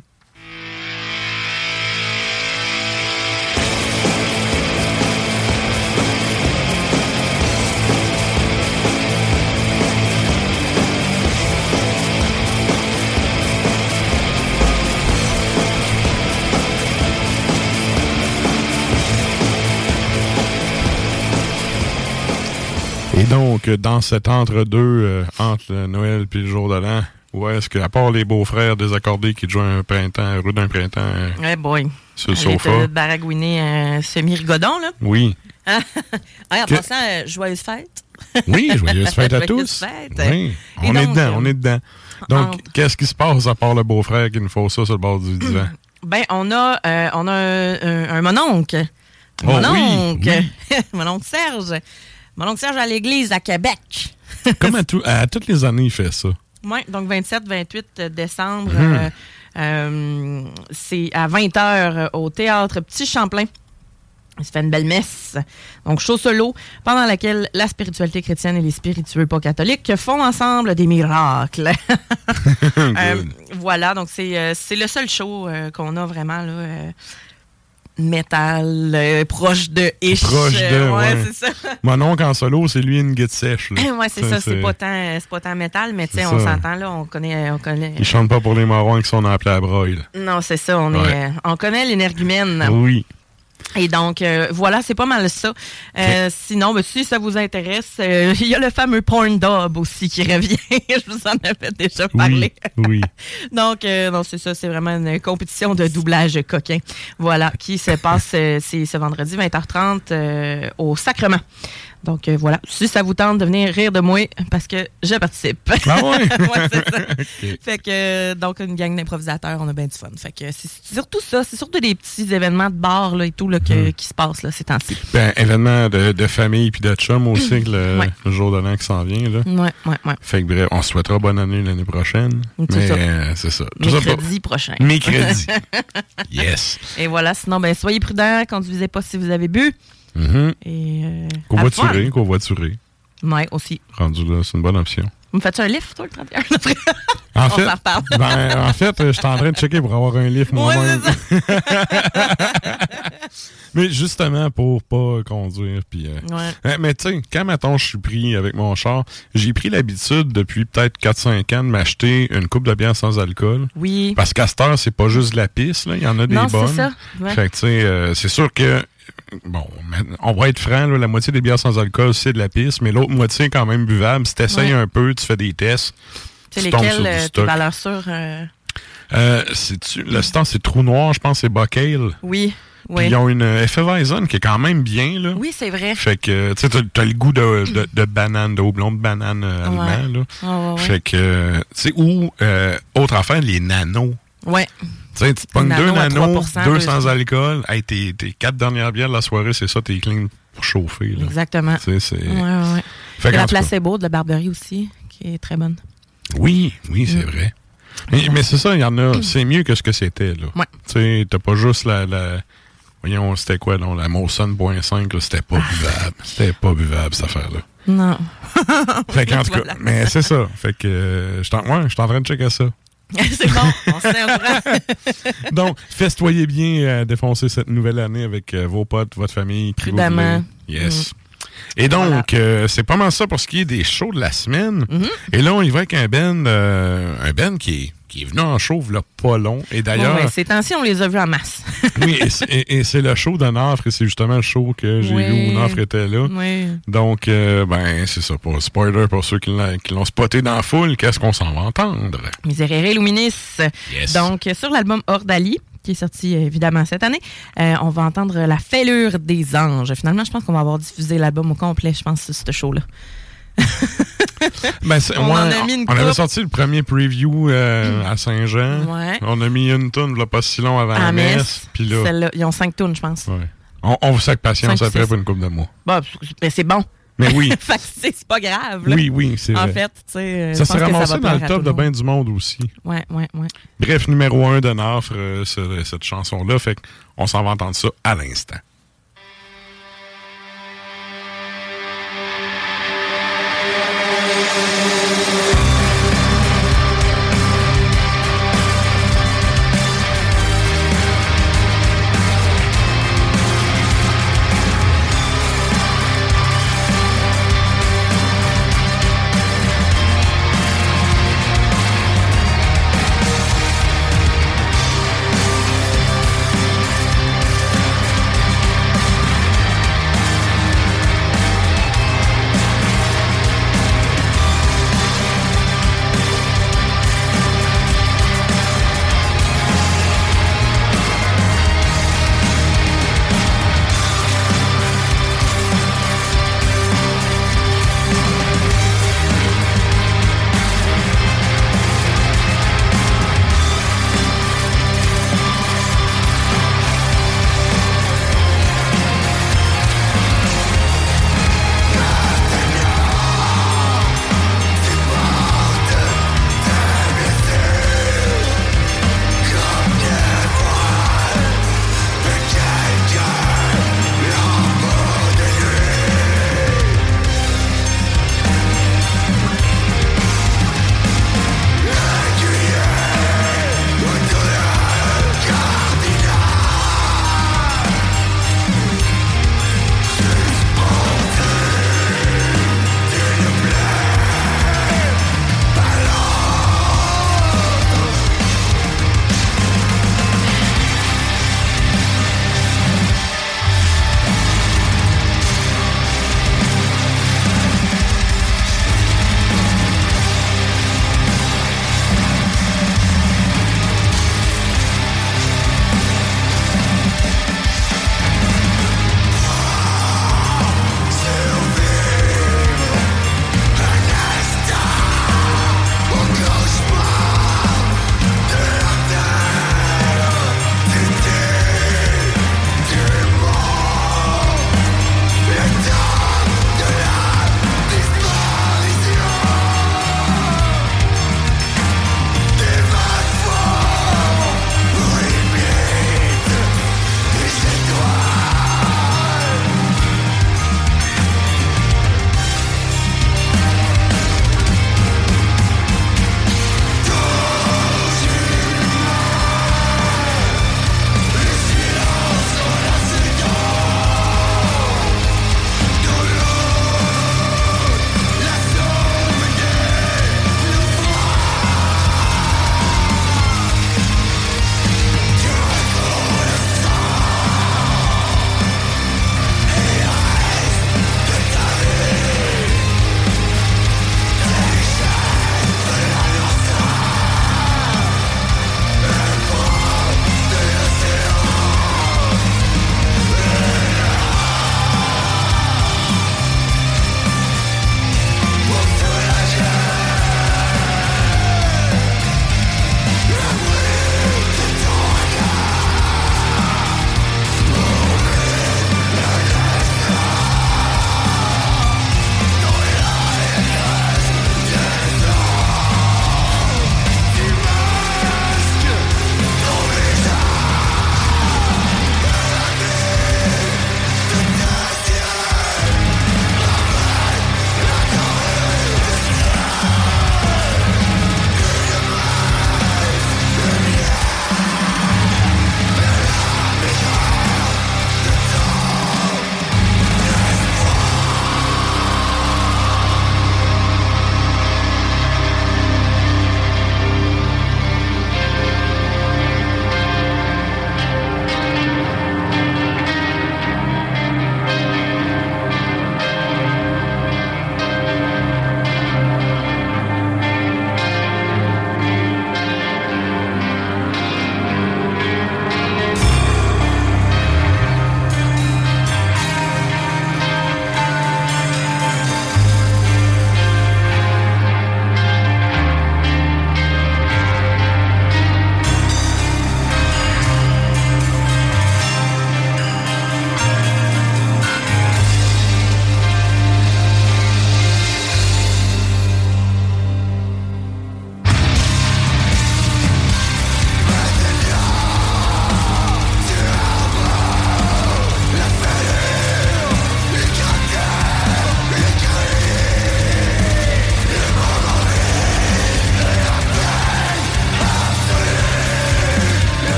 Et donc, dans cet entre-deux, entre Noël et le jour de l'an, où est-ce que, à part les beaux-frères désaccordés qui jouent un rue d'un printemps sur le sofa. Baragouiner semi-rigodon, là. Oui. En passant, joyeuses fêtes. Oui, joyeuses fêtes à tous. Oui, on est dedans. Donc, qu'est-ce qui se passe à part le beau-frère qui nous faut ça sur le bord du divan? Ben, on a un mononcle. Oui. Mon oncle Serge. Mon oncle Serge à l'église à Québec. Comme à toutes les années, il fait ça. Oui, donc 27-28 décembre, c'est à 20h au Théâtre Petit Champlain. Il se fait une belle messe. Donc, show solo, pendant laquelle la spiritualité chrétienne et les spiritueux pas catholiques font ensemble des miracles. Voilà, donc c'est le seul show qu'on a vraiment là. Métal, proche de ish. Proche de, ouais. C'est ça. Mon oncle en solo, c'est lui une guide sèche. Ouais, c'est ça. C'est pas tant métal, mais tu sais, on s'entend là, on connaît. Il chante pas pour les marrons qui sont appelés à broye. Non, c'est ça. On connaît l'énergumène. Oui. Et donc, voilà, c'est pas mal ça. Sinon, si ça vous intéresse, il y a le fameux Porn Dub aussi qui revient. Je vous en avais déjà parlé. Oui. Donc, non, c'est ça, c'est vraiment une compétition de doublage coquin. Voilà, qui se passe c'est ce vendredi 20h30 au Sacrement. Donc, voilà. Si ça vous tente de venir rire de moi, parce que je participe. Ah ouais? Ouais, c'est ça. Okay. Fait que, donc, une gang d'improvisateurs, on a bien du fun. Fait que c'est surtout ça. C'est surtout des petits événements de bar là, et tout là, qui se passent là, ces temps-ci. Ben, événements de famille puis de chum aussi, le jour de l'an qui s'en vient. Là. Ouais. Fait que bref, on se souhaitera bonne année l'année prochaine. C'est ça. Mercredi prochain. Mercredi. Yes. Et voilà. Sinon, ben, soyez prudents. Conduisez pas si vous avez bu. Et covoiturer. Oui, aussi. Rendu là, c'est une bonne option. Vous me faites-tu un lift, toi, le 31? On s'en reparle. En fait, je suis en train de checker pour avoir un lift moi-même. Mais justement, pour pas conduire. Puis, mais tu sais, quand mettons, je suis pris avec mon char, j'ai pris l'habitude depuis peut-être 4-5 ans de m'acheter une coupe de bière sans alcool. Oui. Parce qu'à cette heure, c'est pas juste de la pisse, là. Il y en a des bonnes. C'est ça. Ouais. Fait que tu sais, c'est sûr que bon, on va être franc, là, la moitié des bières sans alcool, c'est de la pisse, mais l'autre moitié est quand même buvable. Si tu essayes un peu, tu fais des tests. C'est lesquels tes valeurs sûres? Le stand, c'est Trou Noir, je pense, c'est Buckale. Oui. Puis ils ont une Hefeweizen qui est quand même bien, là. Oui, c'est vrai. Fait que, tu sais, t'as le goût de banane, de houblon de banane allemand, là. Fait que, tu sais, ou, autre affaire, les nanos. Ouais. Tu sais, tu te pognes 2 nanos, 2 sans alcool. Hey, tes 4 dernières bières de la soirée, c'est ça, t'es clean pour chauffer. Là. Exactement. Tu sais, c'est... Ouais. Fait la placebo de la Barberie aussi, qui est très bonne. Oui, c'est vrai. Mais c'est ça, il y en a. C'est mieux que ce que c'était, là. Ouais. Tu sais, t'as pas juste voyons, c'était quoi, non? La Molson 0.5, là, c'était pas buvable. C'était pas buvable, cette affaire-là. Non. Fait qu'en tout cas, mais c'est ça. Fait que je suis en train de checker ça. C'est bon, on se tient au courant. Donc, festoyez bien à défoncer cette nouvelle année avec vos potes, votre famille. Prudemment. Yes. Et donc, c'est pas mal ça pour ce qui est des shows de la semaine. Mm-hmm. Et là, on y va avec un band qui est venu en show il y a pas long. Et d'ailleurs... Bon, ces temps-ci, on les a vus en masse. Oui, et c'est le show de Nafre, et c'est justement le show que j'ai vu où Nafre était là. Oui. Donc, c'est ça. Pour spoiler, pour ceux qui l'ont spoté dans la foule, qu'est-ce qu'on s'en va entendre? Miserere Luminis. Yes. Donc, sur l'album Ordali, qui est sorti évidemment cette année, on va entendre La Fêlure des Anges. Finalement, je pense qu'on va avoir diffusé l'album au complet, je pense, sur ce show-là. On avait sorti le premier preview à Saint-Jean. Ouais. On a mis une toune, là, pas si long avant la messe. Puis là, celle-là, ils ont 5 tounes, je pense. Ouais. On vous sac patience après pour une couple de mois. Bon, mais c'est bon. Mais oui. Fait que c'est pas grave. Là. Oui, c'est vrai. En fait, tu sais. Ça s'est ramassé dans le top de bien du monde aussi. Ouais. Bref, numéro 1 de Nafre, cette chanson-là. Fait qu'on s'en va entendre ça à l'instant.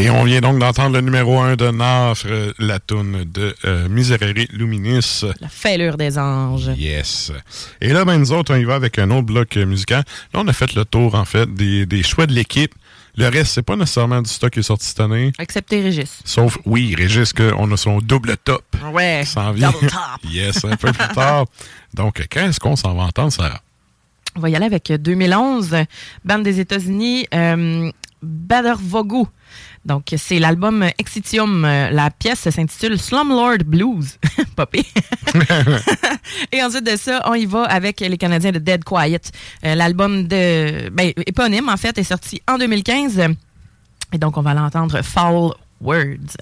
Et on vient donc d'entendre le numéro 1 de Nafre, la toune de Miserere Luminis. La fêlure des anges. Yes. Et là, ben, nous autres, on y va avec un autre bloc musical. Là, on a fait le tour, en fait, des choix de l'équipe. Le reste, c'est pas nécessairement du stock qui est sorti cette année. Excepté Régis. Sauf, oui, Régis, qu'on a son double top. Ouais. Ça en vient. Double top. Yes, un peu plus tard. Donc, qu'est-ce qu'on s'en va entendre, Sarah? On va y aller avec 2011, bande des États-Unis, Badervogu. Donc, c'est l'album Exitium. La pièce s'intitule Slumlord Blues. Popé. Et ensuite de ça, on y va avec les Canadiens de Dead Quiet. L'album éponyme, en fait, est sorti en 2015. Et donc, on va l'entendre Foul Words.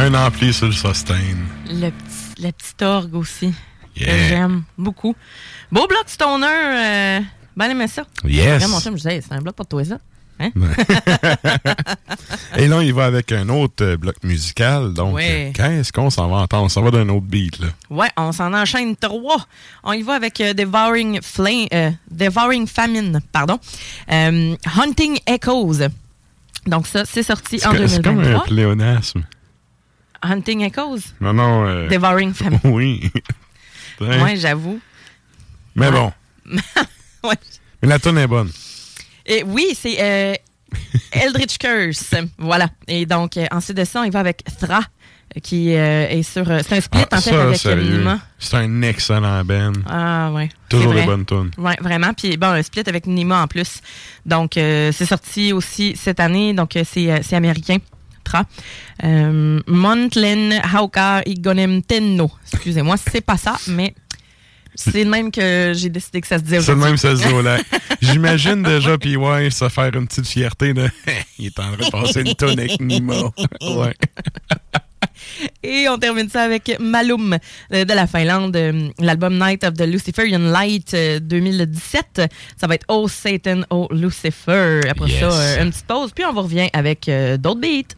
Un ampli sur le sustain. Le petit orgue aussi. Que j'aime beaucoup. Beau bloc stoner. Ben aimé ça. Yes. Mon chum, je disais, c'est un bloc pour toi, ça. Hein? Et là, il va avec un autre bloc musical. Donc, qu'est-ce qu'on s'en va entendre? On s'en va d'un autre beat, là. Ouais, on s'en enchaîne 3. On y va avec Devouring Famine, pardon. Hunting Echoes. Donc ça, c'est sorti en 2023. C'est comme un pléonasme. Hunting Echoes? Non. Devouring Famine. Oui. Ouais, j'avoue. Mais bon. Ouais. Mais la tune est bonne. Et oui, c'est Eldritch Curse. Voilà. Et donc, ensuite de ça, on y va avec Thra, qui est sur... c'est un split, en fait, avec Nima. C'est un excellent band. Ah, ouais. Toujours des bonnes tunes. Oui, vraiment. Puis, bon, un split avec Nima en plus. Donc, c'est sorti aussi cette année. Donc, c'est américain. Thra. Montlen Hauka Igonem Tenno. Excusez-moi, c'est pas ça, mais... C'est le même que j'ai décidé que ça se disait aujourd'hui. C'est le même que ça se dit au lac. J'imagine déjà PY se faire une petite fierté de il est en train de passer une tonne avec Nima. Ouais. Et on termine ça avec Malum de la Finlande, l'album Night of the Luciferian Light 2017. Ça va être Oh Satan, Oh Lucifer. Après ça, une petite pause, puis on vous revient avec d'autres beats.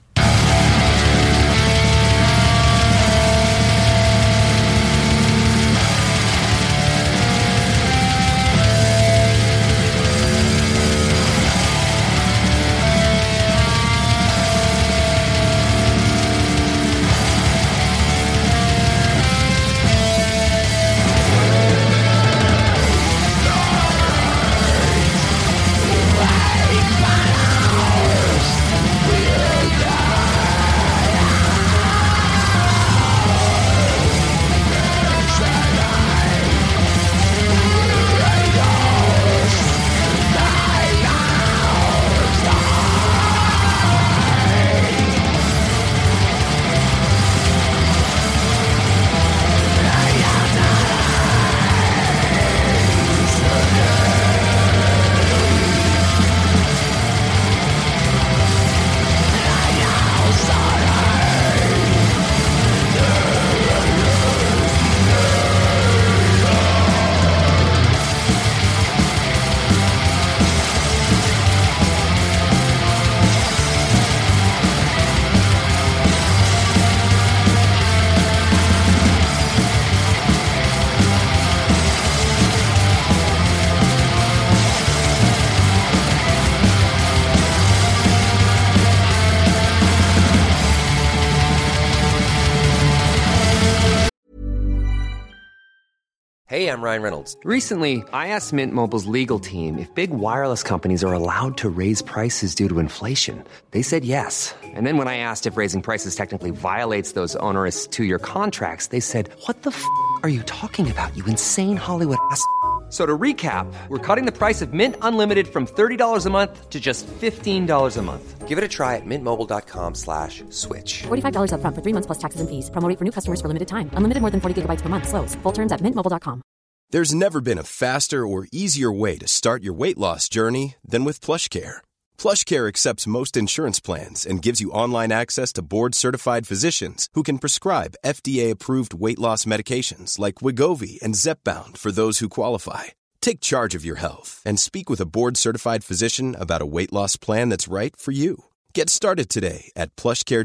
Hey, I'm Ryan Reynolds. Recently, I asked Mint Mobile's legal team if big wireless companies are allowed to raise prices due to inflation. They said yes. And then when I asked if raising prices technically violates those onerous two-year contracts, they said, what the f*** are you talking about, you insane Hollywood ass f- So to recap, we're cutting the price of Mint Unlimited from $30 a month to just $15 a month. Give it a try at mintmobile.com/switch. $45 up front for 3 months plus taxes and fees. Promo rate for new customers for limited time. Unlimited more than 40 gigabytes per month. Slows full terms at mintmobile.com. There's never been a faster or easier way to start your weight loss journey than with PlushCare. PlushCare accepts most insurance plans and gives you online access to board-certified physicians who can prescribe FDA-approved weight loss medications like Wegovy and Zepbound for those who qualify. Take charge of your health and speak with a board-certified physician about a weight loss plan that's right for you. Get started today at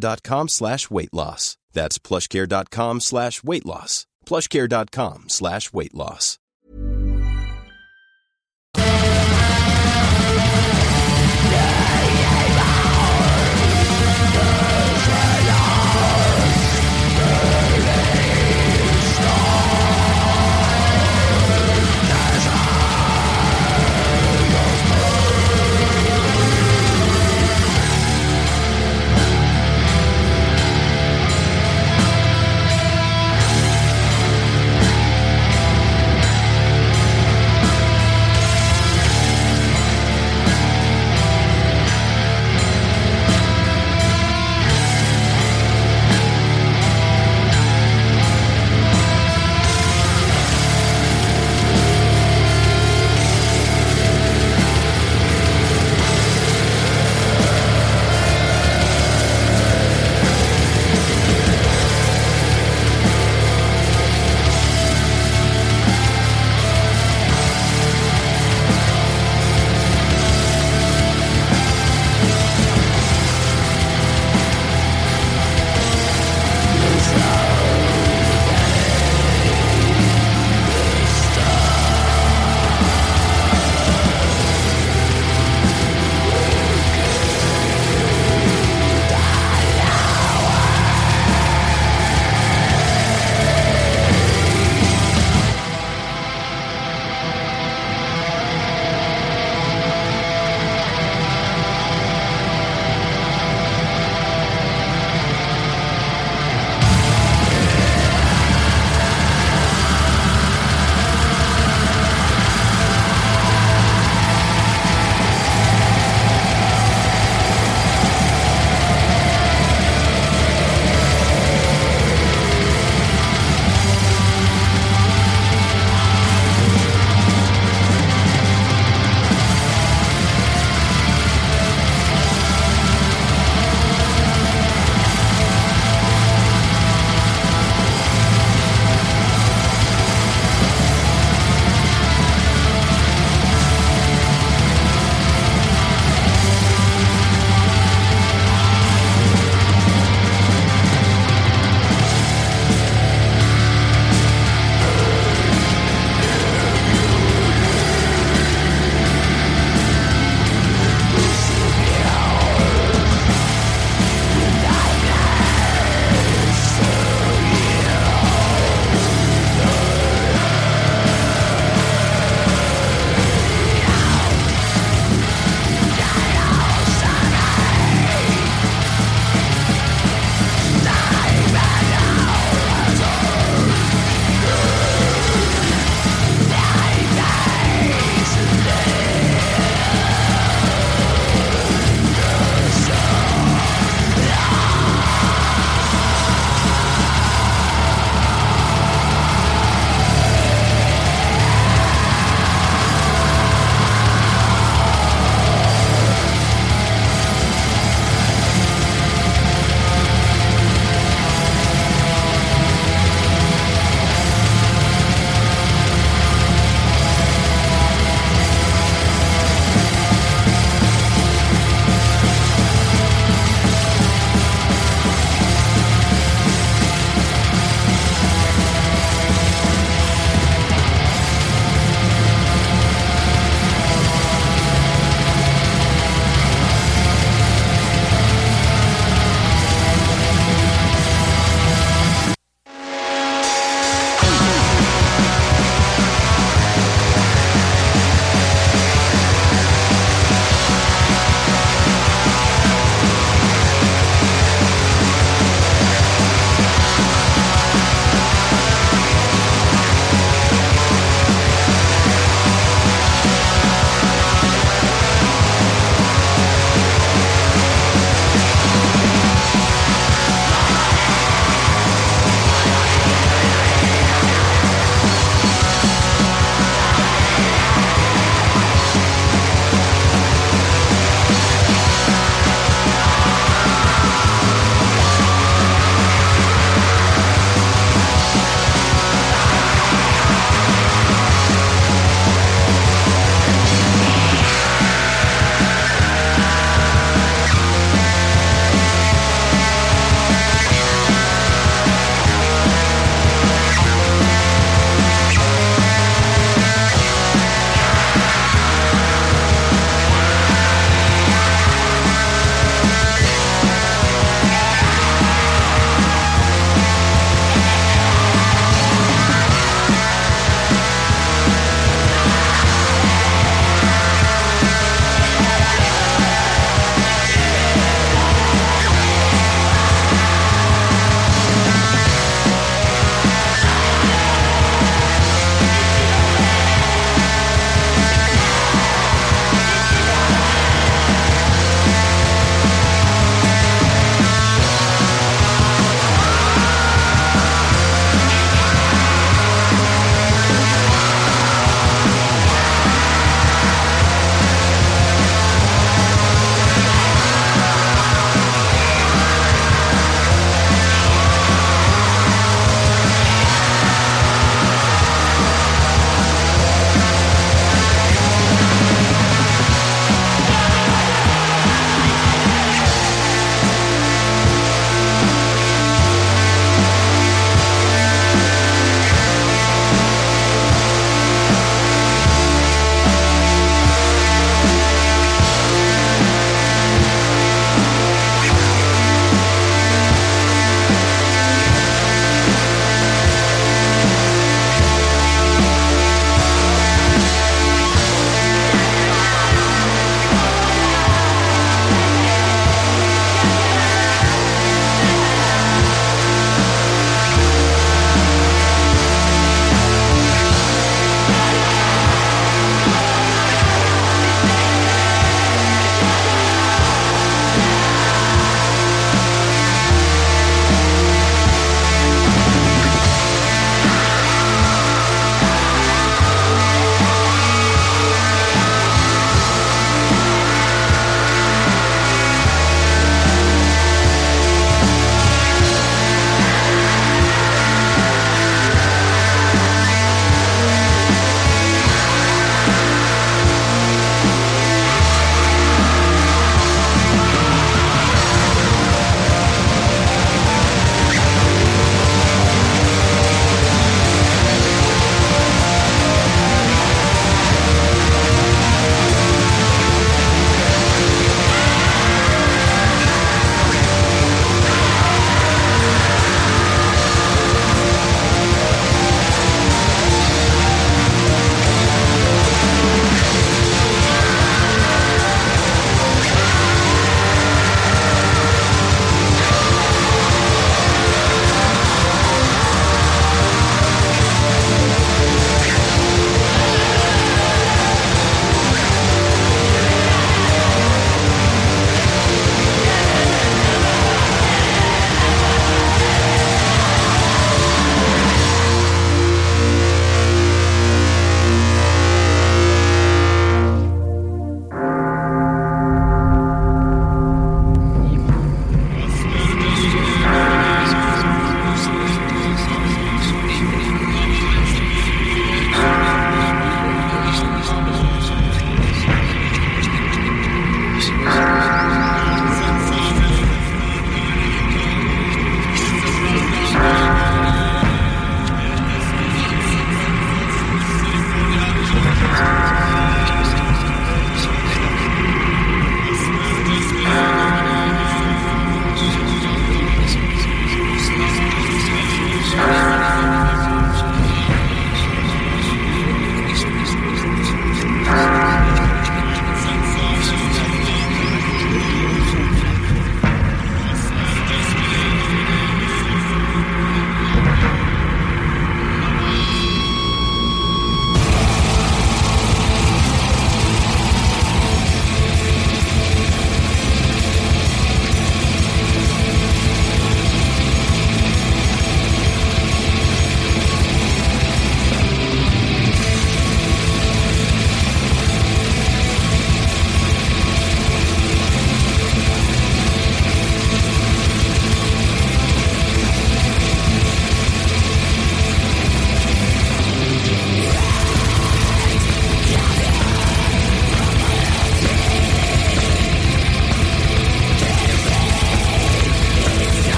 plushcare.com/weight-loss. That's plushcare.com/weight-loss. plushcare.com/weight-loss.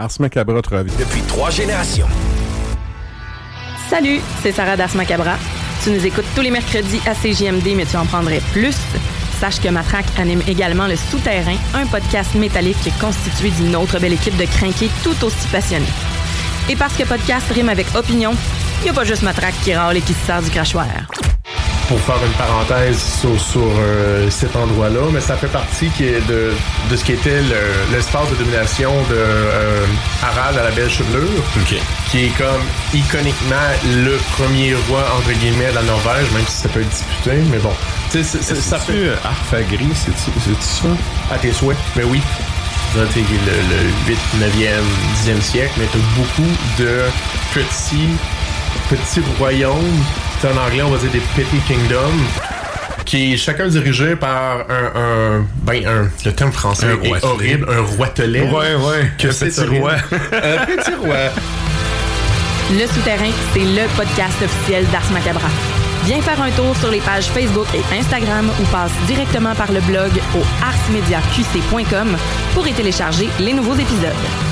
Ars Macabra te revient. Depuis 3 générations. Salut, c'est Sarah d'Ars Macabra. Tu nous écoutes tous les mercredis à CJMD, mais tu en prendrais plus. Sache que Matraque anime également Le Souterrain, un podcast métallique constitué d'une autre belle équipe de crinqués tout aussi passionnés. Et parce que podcast rime avec opinion, il n'y a pas juste Matraque qui râle et qui se sert du crachoir. Pour faire une parenthèse sur cet endroit-là, mais ça fait partie de ce qui était l'espace de domination de Harald à la belle chevelure, qui est comme iconiquement le premier roi, entre guillemets, de la Norvège, même si ça peut être disputé, mais bon. Ça fait... Arfagri, c'est-tu ça? À tes souhaits, mais oui. Le 8, 9e, 10e siècle, mais t'as beaucoup de petits royaumes. En anglais, on va dire des petty kingdoms, qui est chacun dirigé par le terme français est horrible, un roitelet. Ouais. Que c'est petit roi. Un petit roi. Le Souterrain, c'est le podcast officiel d'Ars Macabra. Viens faire un tour sur les pages Facebook et Instagram ou passe directement par le blog au arsmediaqc.com pour y télécharger les nouveaux épisodes.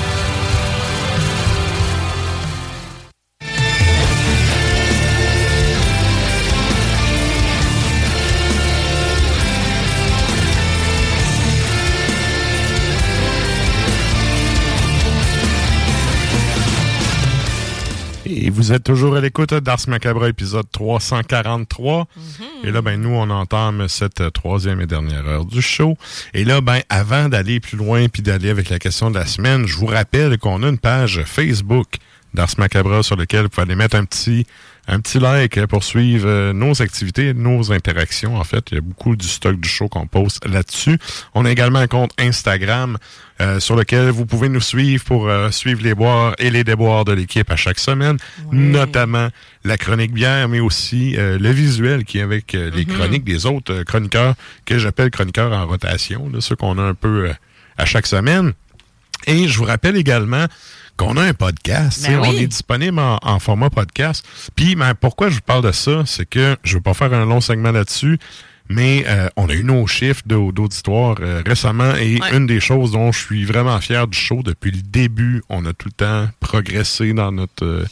Et vous êtes toujours à l'écoute d'Ars Macabra, épisode 343. Et là, nous, on entame cette troisième et dernière heure du show. Et là, avant d'aller plus loin puis d'aller avec la question de la semaine, je vous rappelle qu'on a une page Facebook d'Ars Macabra sur laquelle vous pouvez aller mettre un petit like pour suivre nos activités, nos interactions. En fait, il y a beaucoup du stock du show qu'on poste là-dessus. On a également un compte Instagram sur lequel vous pouvez nous suivre pour suivre les boires et les déboires de l'équipe à chaque semaine, notamment la chronique bière, mais aussi le visuel qui est avec les chroniques des autres chroniqueurs que j'appelle chroniqueurs en rotation, là, ceux qu'on a un peu à chaque semaine. Et je vous rappelle également qu'on a un podcast. On est disponible en format podcast. Puis, pourquoi je vous parle de ça, c'est que je ne veux pas faire un long segment là-dessus, mais on a eu nos chiffres d'auditoire récemment et une des choses dont je suis vraiment fier du show depuis le début, on a tout le temps progressé dans notre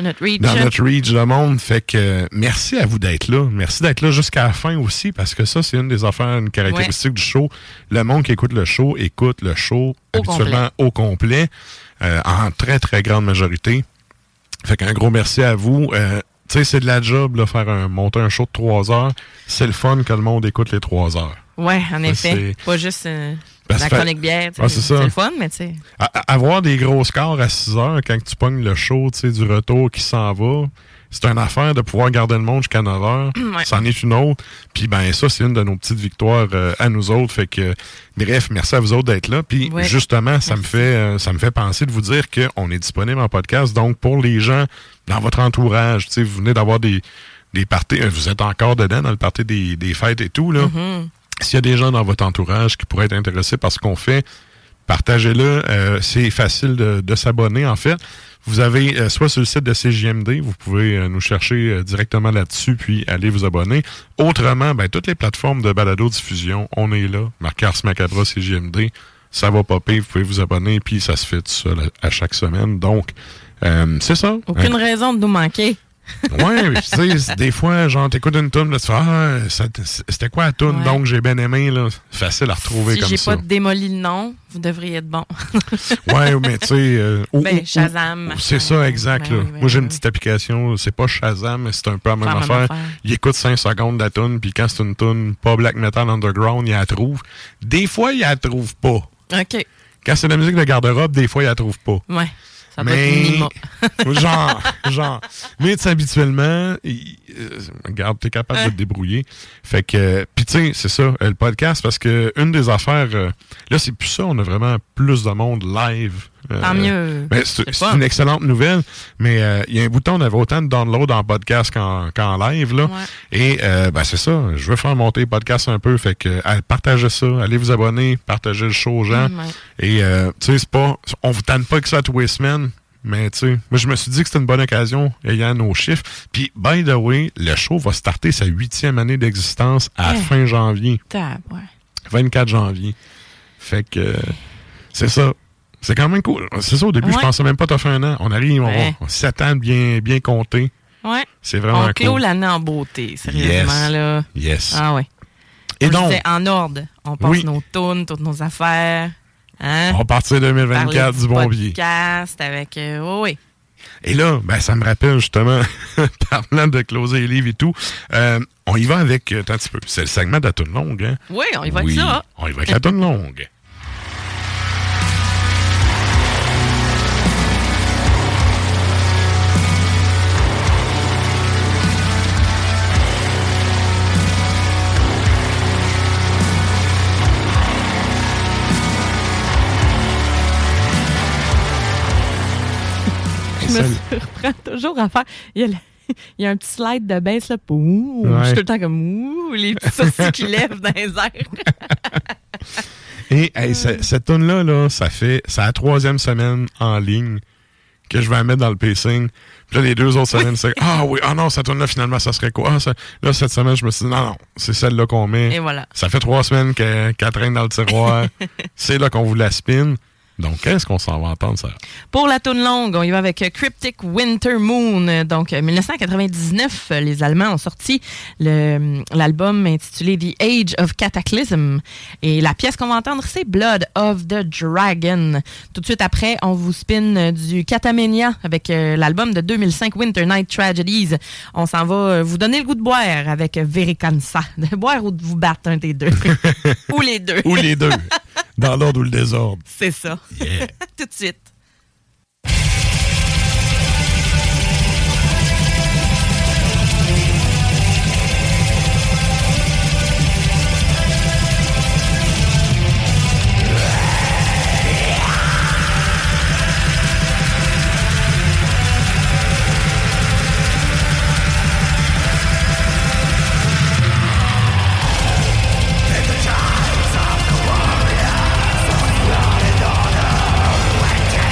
reach de monde. Fait que merci à vous d'être là. Merci d'être là jusqu'à la fin aussi, parce que ça, c'est une des affaires, une caractéristique du show. Le monde qui écoute le show habituellement au complet. En très, très grande majorité. Fait qu'un gros merci à vous. Tu sais, c'est de la job, là, monter un show de 3 heures. C'est le fun que le monde écoute les 3 heures. Ouais, en effet. Pas juste la chronique bière. C'est le fun, mais tu sais. Avoir des gros scores à 6 heures quand tu pognes le show, tu sais, du retour qui s'en va, c'est une affaire de pouvoir garder le monde jusqu'à 9 heures. C'en est une autre. Puis, ça, c'est une de nos petites victoires à nous autres. Fait que, bref, merci à vous autres d'être là. Puis, justement, ça me fait penser de vous dire qu'on est disponible en podcast. Donc, pour les gens dans votre entourage, tu sais, vous venez d'avoir des parties, vous êtes encore dedans dans le party des fêtes et tout, là. S'il y a des gens dans votre entourage qui pourraient être intéressés par ce qu'on fait, partagez-le. C'est facile de s'abonner, en fait. Vous avez, soit sur le site de CJMD, vous pouvez nous chercher directement là-dessus, puis aller vous abonner. Autrement, toutes les plateformes de balado-diffusion, on est là. Marquez Ars Macabra, CJMD, ça va popper, vous pouvez vous abonner, puis ça se fait tout seul à chaque semaine. Donc, c'est ça. Aucune raison de nous manquer. Ouais, tu sais, des fois, genre, t'écoutes une toune, là, tu fais c'était quoi la toune, donc j'ai bien aimé, là. Facile à retrouver comme ça. Si j'ai pas démoli le nom, vous devriez être bon. Ouais, mais tu sais... Shazam. C'est ça, exact, là. Moi, j'ai une petite application, c'est pas Shazam, mais c'est un peu la même affaire. Il écoute 5 secondes de la toune, puis quand c'est une toune pas black metal underground, il la trouve. Des fois, il la trouve pas. OK. Quand c'est de la musique de garde-robe, des fois, il la trouve pas. Ouais. Ça peut être minima. genre. Mais habituellement, regarde, t'es capable de te débrouiller. Fait que, puis tu sais, c'est ça, le podcast, parce que une des affaires, là, c'est plus ça, on a vraiment plus de monde live. Tant mieux. C'est une excellente nouvelle, mais il y a un bouton, on avait autant de download en podcast qu'en live, là. Ouais. Et, c'est ça, je veux faire monter le podcast un peu, fait que, partagez ça, allez vous abonner, partagez le show aux gens. Et, tu sais, c'est pas, on vous tente pas que ça tous les semaines. Mais tu sais, moi je me suis dit que c'était une bonne occasion ayant nos chiffres. Puis, by the way, le show va starter sa 8e année d'existence à fin janvier. 24 janvier. Fait que c'est ça. C'est quand même cool. C'est ça, au début, je pensais même pas t'as fait un an. On arrive, on 7 ans bien comptés. Ouais. C'est vraiment cool. On clôt l'année en beauté, sérieusement, là. Yes. Ah ouais. Et donc, en ordre. On passe nos tunes, toutes nos affaires. Hein? On va partir 2024 du bon pied. Podcast avec... oui. Et là, ça me rappelle justement, parlant de closer les livres et tout, on y va avec... Attends un petit peu. C'est le segment de la toune longue, hein? Oui, on y va avec ça. On y va avec la toune longue. Je me surprends toujours à faire. Il y a un petit slide de baisse, là. Je suis tout le temps comme les petits sourcils qui lèvent dans les airs. Et cette tune-là, là, c'est la 3e semaine en ligne que je vais la mettre dans le pacing. Puis là, les 2 autres semaines, c'est non, cette tune-là, finalement, ça serait quoi? Là, cette semaine, je me suis dit, non, c'est celle-là qu'on met. Et voilà. Ça fait 3 semaines qu'elle traîne dans le tiroir. C'est là qu'on vous la spin. Donc, qu'est-ce qu'on s'en va entendre, ça? Pour la toune longue, on y va avec Cryptic Winter Moon. Donc, 1999, les Allemands ont sorti l'album intitulé The Age of Cataclysm. Et la pièce qu'on va entendre, c'est Blood of the Dragon. Tout de suite après, on vous spin du Catamania avec l'album de 2005, Winter Night Tragedies. On s'en va vous donner le goût de boire avec Vericansa. De boire ou de vous battre, un des deux. Ou les deux. Ou les deux. Dans l'ordre ou le désordre. C'est ça. Yeah. Tout de suite. Warriors, blood and honor,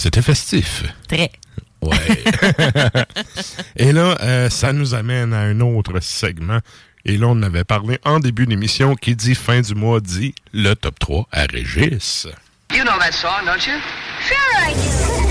C'était festif. Très. Ouais. Et là, ça nous amène à un autre segment. Et là, on avait parlé en début d'émission qui dit fin du mois, dit le top 3 à Régis. You know that song, don't you? Sure I do.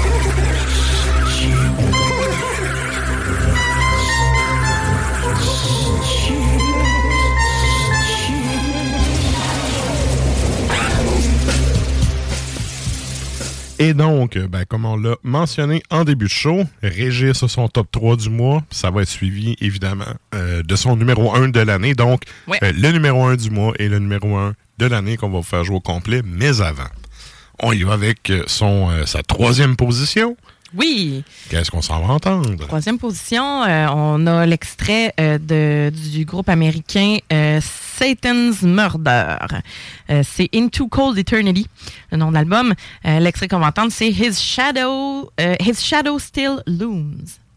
Et donc, comme on l'a mentionné en début de show, Régis a son top 3 du mois. Ça va être suivi, évidemment, de son numéro 1 de l'année. Donc, le numéro 1 du mois et le numéro 1 de l'année qu'on va vous faire jouer au complet. Mais avant, on y va avec sa troisième position. Oui. Qu'est-ce qu'on s'en va entendre? Troisième position, on a l'extrait du groupe américain Satan's Murder. C'est Into Cold Eternity, le nom de l'album. L'extrait qu'on va entendre, c'est His Shadow Still Looms.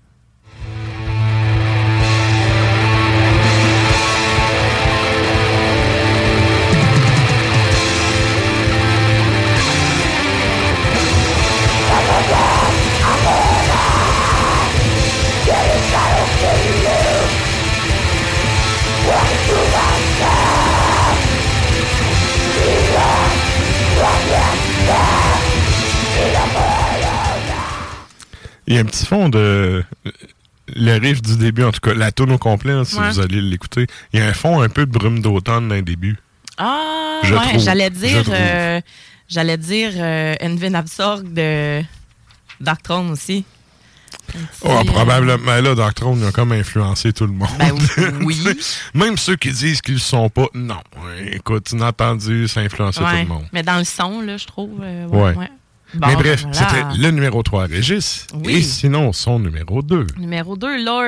Il y a un petit fond de... Le riff du début, en tout cas, la toune au complet, là, si vous allez l'écouter, il y a un fond un peu de brume d'automne dans le début. Ah, ouais, j'allais dire Envin Absorg de Darkthrone aussi. Probablement. Là, Darkthrone a comme influencé tout le monde. Ben oui. Même ceux qui disent qu'ils le sont pas, non. Écoute, inattendu, ça a influencé tout le monde. Mais dans le son, là, je trouve. Ouais. Bon, mais bref, c'était le numéro 3 Régis. Oui. Et sinon, son numéro 2. Numéro 2, Lord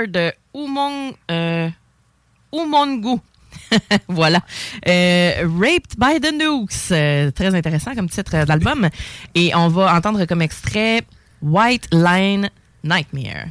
Umongu. Voilà. Raped by the Nukes. Très intéressant comme titre d'album. Et on va entendre comme extrait White Line Nightmare.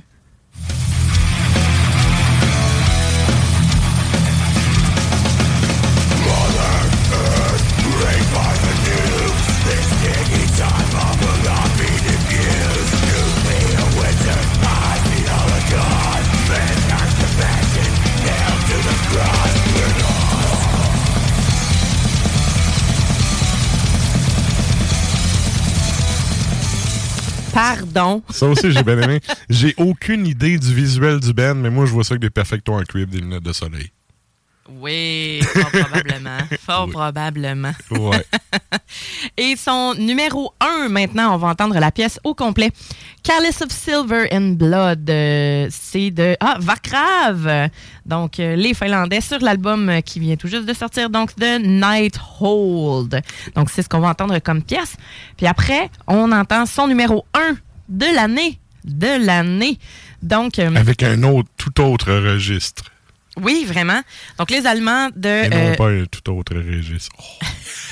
Pardon. Ça aussi, j'ai bien aimé. J'ai aucune idée du visuel du band, mais moi, je vois ça avec des perfectos en cuivre, des lunettes de soleil. Oui, fort probablement. Fort probablement. Ouais. Et son numéro 1, maintenant, on va entendre la pièce au complet. Chalice of Silver and Blood. C'est de Varkrav. Donc, les Finlandais sur l'album qui vient tout juste de sortir, donc de Nighthold. Donc, c'est ce qu'on va entendre comme pièce. Puis après, on entend son numéro 1 de l'année. Donc, avec un autre, tout autre registre. Oui, vraiment. Donc, les Allemands de... Et non pas un tout autre registre. Oh.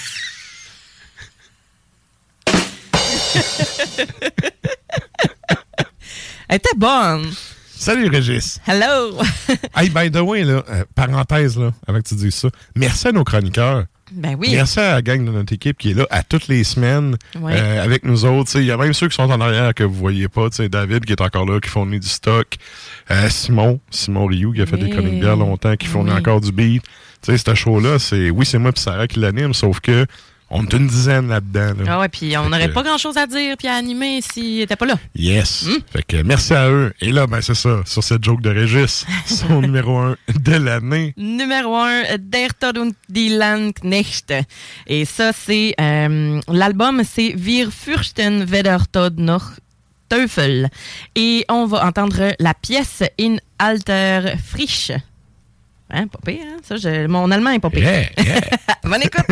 Elle était bonne. Salut, Régis. Hello. Hey, by the way, là, parenthèse, là, avant que tu dises ça, merci à nos chroniqueurs. Ben oui. Merci à la gang de notre équipe qui est là à toutes les semaines avec nous autres. Il y a même ceux qui sont en arrière que vous voyez pas. David qui est encore là, qui fournit du stock. Simon Rioux qui a fait des chroniques bien longtemps, qui fournit encore du beat. Ce show-là, c'est moi et Sarah qui l'anime, sauf que on est une dizaine là-dedans. Là. Ah ouais, puis on n'aurait pas grand-chose à dire puis à animer s'ils n'étaient pas là. Yes. Fait que merci à eux. Et là, ben c'est ça, sur cette joke de Régis, son numéro 1 de l'année. Numéro 1, Der Tod und die Landknecht. Et ça, c'est... l'album, c'est Wir fürchten weder Tod noch Teufel. Et on va entendre la pièce In Alter Frisch. Hein, pas pire, hein? Ça, mon allemand est pas pire. Yeah. Bonne écoute!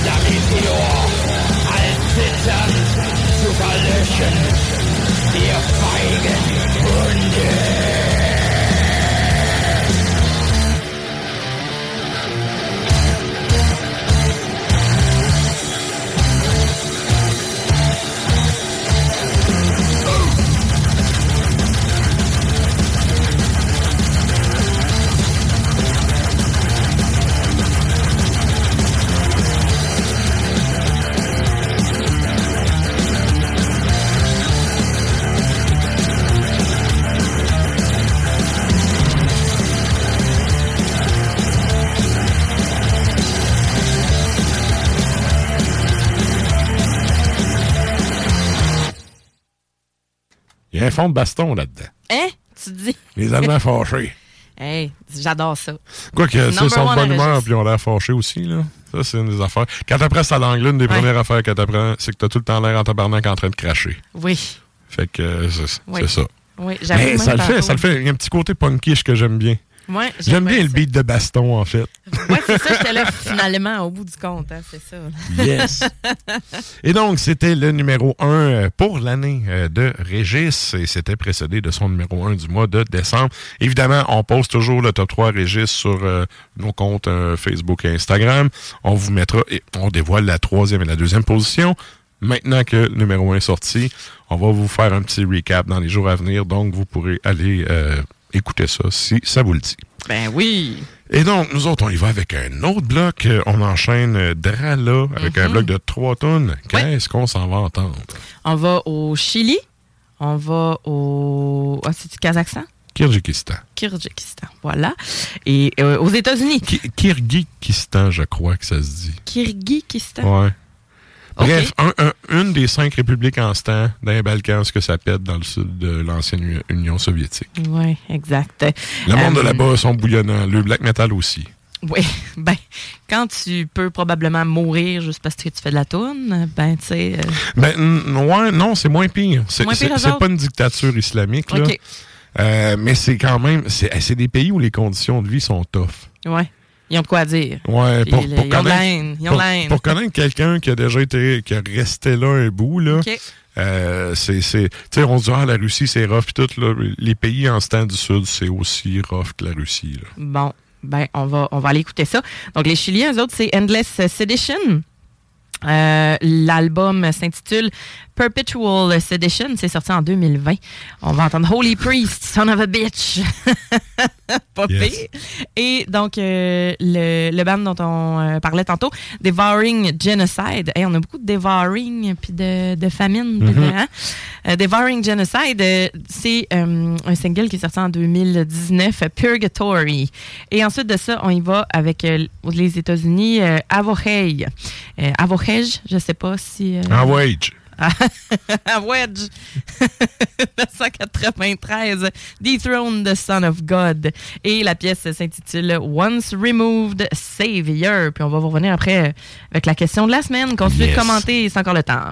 Il y a un fond de baston là-dedans. Hein? Tu dis? Les Allemands fâchés. Hey, j'adore ça. Quoique, ils sont de bonne humeur puis ils ont l'air fâchés aussi, là. Ça, c'est une des affaires. Quand t'apprends sa langue, l'une des premières affaires que t'apprends, c'est que t'as tout le temps l'air en tabarnak en train de cracher. Oui. Fait que c'est ça. Oui, j'avoue. Mais ça le fait. Il y a un petit côté punkish que j'aime bien. Ouais, j'aime bien le beat de baston, en fait. Oui, c'est ça, j'étais là finalement, au bout du compte, hein, c'est ça. Yes! Et donc, c'était le numéro 1 pour l'année de Régis, et c'était précédé de son numéro 1 du mois de décembre. Évidemment, on poste toujours le top 3 Régis sur nos comptes Facebook et Instagram. On vous mettra, et on dévoile la 3e et la 2e position. Maintenant que le numéro 1 est sorti, on va vous faire un petit recap dans les jours à venir, donc vous pourrez aller... écoutez ça si ça vous le dit. Ben oui! Et donc, nous autres, on y va avec un autre bloc. On enchaîne Drala avec un bloc de 3 tonnes. Qu'est-ce qu'on s'en va entendre? On va au Chili. On va au... Ah, c'est du Kazakhstan? Kyrgyzstan, voilà. Et aux États-Unis. Kyrgyzstan, je crois que ça se dit. Kyrgyzstan? Ouais. Bref, une des 5 républiques en ce temps dans les Balkans, ce que ça pète dans le sud de l'ancienne Union soviétique. Oui, exact. Le monde de là-bas sont bouillonnants. Le black metal aussi. Oui, ben, quand tu peux probablement mourir juste parce que tu fais de la toune, ben, tu sais... ouais, non, c'est moins pire. C'est pas une dictature islamique, là. Okay. Mais c'est quand même... C'est des pays où les conditions de vie sont tough. Ouais. Ils ont de quoi dire. Ouais, pour connaître quelqu'un qui a déjà été, qui a resté là un bout, là, okay. Tu sais, on se dit, la Russie, c'est rough, pis tout, là, les pays en ce temps du Sud, c'est aussi rough que la Russie, là. Bon, ben, on va aller écouter ça. Donc, les Chiliens, eux autres, c'est Endless Sedition. L'album s'intitule Perpetual Sedition, c'est sorti en 2020. On va entendre Holy Priest, Son of a Bitch. Pas pire. Et donc, le band dont on parlait tantôt, Devouring Genocide. Hey, on a beaucoup de devouring puis de famine. Mm-hmm. Devouring Genocide, c'est un single qui est sorti en 2019, Purgatory. Et ensuite de ça, on y va avec les États-Unis, Avohej. Avohej, je sais pas si... Avohej. Wedge 1993, Dethrone the Son of God, et la pièce s'intitule Once Removed Savior. Puis on va vous revenir après avec la question de la semaine. Continuez de commenter, c'est encore le temps.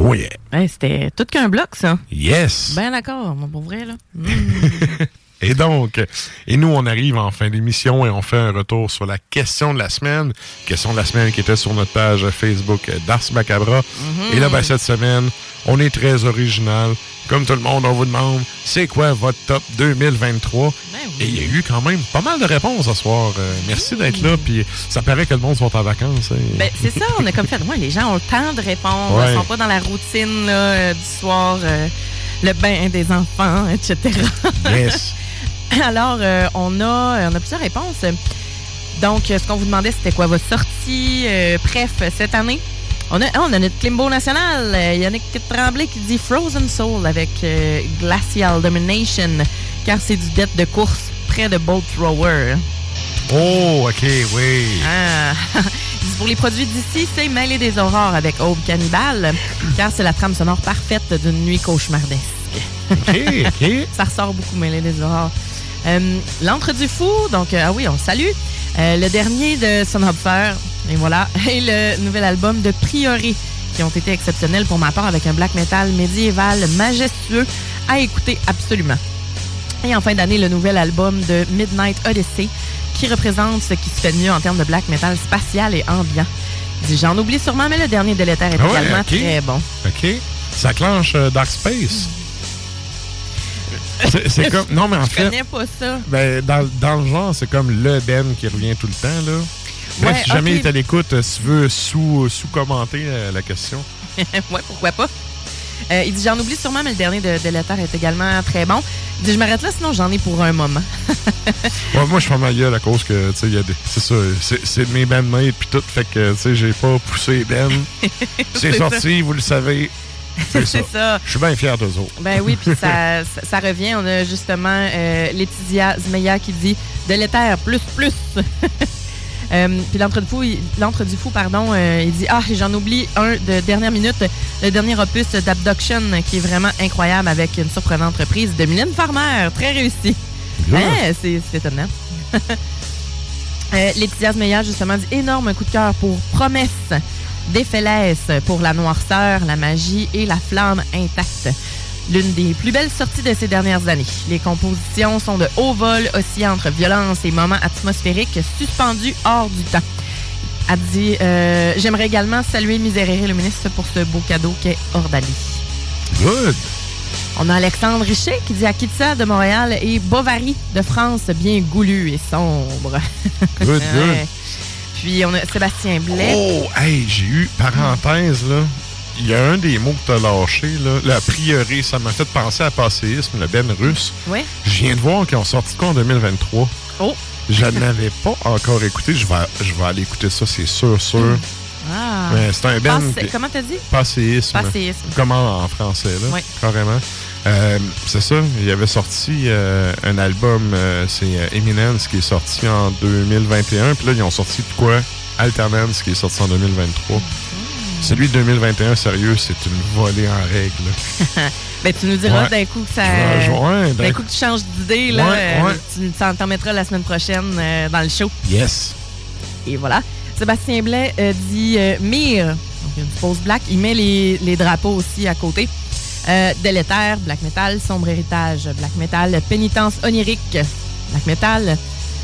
Oh yeah! Hey, c'était tout qu'un bloc, ça. Yes! Ben d'accord, pour vrai, là. Et donc, nous, on arrive en fin d'émission et on fait un retour sur la question de la semaine. Question de la semaine qui était sur notre page Facebook d'Ars Macabra. Et là, cette semaine, on est très original. Comme tout le monde, on vous demande, c'est quoi votre top 2023? Et il y a eu quand même pas mal de réponses ce soir. Merci d'être là. Puis ça paraît que le monde sont en vacances. Hein. Ben, c'est ça, on a comme fait. Les gens ont le temps de répondre. Ils sont pas dans la routine là, du soir, le bain des enfants, etc. Yes. Alors, on a plusieurs réponses. Donc, ce qu'on vous demandait, c'était quoi votre sortie? Bref, cette année, on a notre Klimbo national. Yannick Tremblay qui dit Frozen Soul avec Glacial Domination, car c'est du dette de course près de Bolt Thrower. Oh, OK, oui. Pour les produits d'ici, c'est Mêlée des Aurores avec Aube Cannibale, car c'est la trame sonore parfaite d'une nuit cauchemardesque. OK. Ça ressort beaucoup, Mêlée des Aurores. L'Antre du Fou, donc, oui, on salue. Le dernier de Sonhopfer, et voilà. Et le nouvel album de Priori, qui ont été exceptionnels pour ma part avec un black metal médiéval majestueux à écouter absolument. Et en fin d'année, le nouvel album de Midnight Odyssey, qui représente ce qui se fait de mieux en termes de black metal spatial et ambiant. J'en oublie sûrement, mais le dernier Délétère est également très bon. OK. Ça clenche Dark Space. C'est comme... Non, mais en fait... Je connais pas ça. Ben, dans le genre, c'est comme le Ben qui revient tout le temps, là. Bref, si jamais il est à l'écoute, si tu veux sous-commenter la question. Ouais, pourquoi pas. Il dit, j'en oublie sûrement, mais le dernier de Délétère est également très bon. Il dit, je m'arrête là, sinon j'en ai pour un moment. Moi, je fais ma gueule à cause que, tu sais, il y a des... C'est ça, c'est de mes bandmates puis tout, fait que, tu sais, j'ai pas poussé Ben. C'est sorti, vous le savez. C'est ça. Je suis bien fier d'eux autres. Ben oui, puis ça revient. On a justement Laetitia Zmeya qui dit Délétère, plus. Puis l'entre du fou, il dit j'en oublie un de dernière minute, le dernier opus d'Abduction qui est vraiment incroyable avec une surprenante reprise de Mylène Farmer, très réussi. C'est étonnant. Laetitia Zmeya justement dit énorme coup de cœur pour Promesse d'Éphelès pour la noirceur, la magie et la flamme intacte. L'une des plus belles sorties de ces dernières années. Les compositions sont de haut vol, oscillant entre violence et moments atmosphériques suspendus hors du temps. Elle dit j'aimerais également saluer Miserere Luminis pour ce beau cadeau qu'est Ordalie. Good! On a Alexandre Richer qui dit Akitsa de Montréal et Bovary de France, bien goulu et sombre. Good. Puis on a Sébastien Blais. Oh, hey, j'ai eu, parenthèse, là, il y a un des mots que t'as lâché, là, la priori, ça m'a fait penser à Passéisme, le Ben russe. Oui. Je viens de voir qu'ils ont sorti quoi en 2023. Oh! Je n'avais pas encore écouté, je vais aller écouter ça, c'est sûr. Ah! Mais c'est un Ben... Comment t'as dit? Passéisme. Comment en français, là? Oui. Carrément. C'est ça, il avait sorti un album, c'est Eminence qui est sorti en 2021, puis là, ils ont sorti de quoi? Alternance qui est sorti en 2023. Celui de 2021, sérieux, c'est une volée en règle. Ben, tu nous diras d'un coup que ça... d'un coup que tu changes d'idée, là, tu t'en mettras la semaine prochaine dans le show. Yes. Et voilà. Sébastien Blais dit Mire, donc il y a une pause black, il met les drapeaux aussi à côté. Délétère, black metal, sombre héritage, black metal, pénitence onirique, black metal,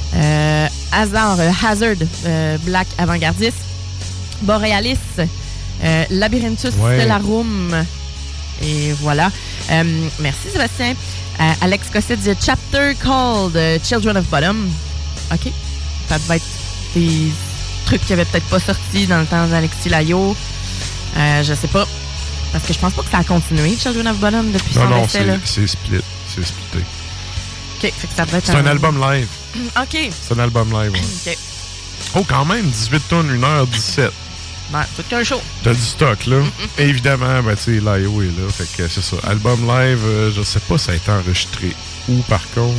Hazard, black avant-gardiste, Borealis, Labyrinthus Stellarum, et voilà. Merci Sébastien. Alex Cossette dit Chapter called Children of Bottom. OK. Ça devait être des trucs qui n'avaient peut-être pas sorti dans le temps d'Alexis Layo. Je sais pas. Parce que je pense pas que ça a continué, Children of Bottom, depuis son décès. Non, c'est splitté. OK, fait que ça devait être c'est un album live. OK. C'est un album live, OK. Oh, quand même, 18 tonnes, 1h17. Ben, tout qu'un show. T'as du stock, là. Évidemment, ben, tu sais, Layo est là. Fait que c'est ça. Album live, je sais pas si ça a été enregistré où, par contre.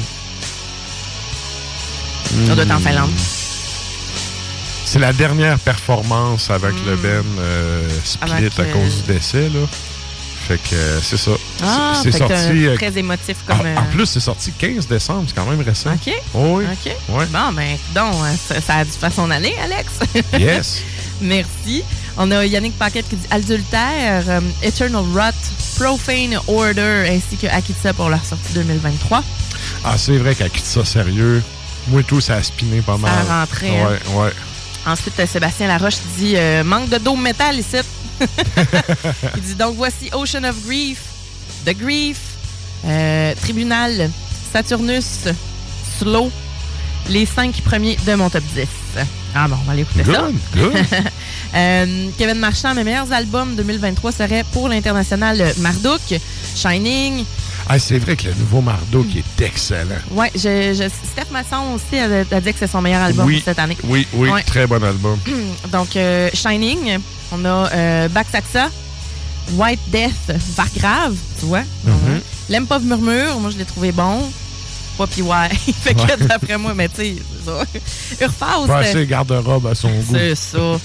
Ça doit être en Finlande. C'est la dernière performance avec le Ben split à cause du décès, là. Fait que c'est ça. Ah, c'est sorti. Très émotif comme. En plus, c'est sorti 15 décembre, c'est quand même récent. OK. Oh, oui. OK. Ouais. Bon, ben, donc, ça a dû faire son année, Alex. Yes. Merci. On a Yannick Paquette qui dit Adultère, Eternal Rot, Profane Order, ainsi que Akitsa pour leur sortie 2023. Ah, c'est vrai qu'Akitsa, sérieux, moi tout, ça a spiné pas mal. Ça rentrait. Ouais. Ensuite, Sébastien Laroche dit manque de doom metal ici. Il dit donc voici Ocean of Grief, The Grief, Tribunal, Saturnus, Slow, les 5 premiers de mon top 10. Ah bon, on va aller écouter ça. Good. Kevin Marchand, mes meilleurs albums 2023 seraient pour l'international Marduk, Shining. Ah, c'est vrai que le nouveau Marduk est excellent. Oui, Steph Masson aussi a dit que c'est son meilleur album pour cette année. Oui, ouais. Très bon album. Donc, Shining, on a Baxaxa, White Death, Vargrave, tu vois. L'Empov Murmure, moi je l'ai trouvé bon. Pas PY. Fait que d'après moi, mais tu sais, c'est ça. Urfaust. Pas assez garde-robe à son goût. C'est ça.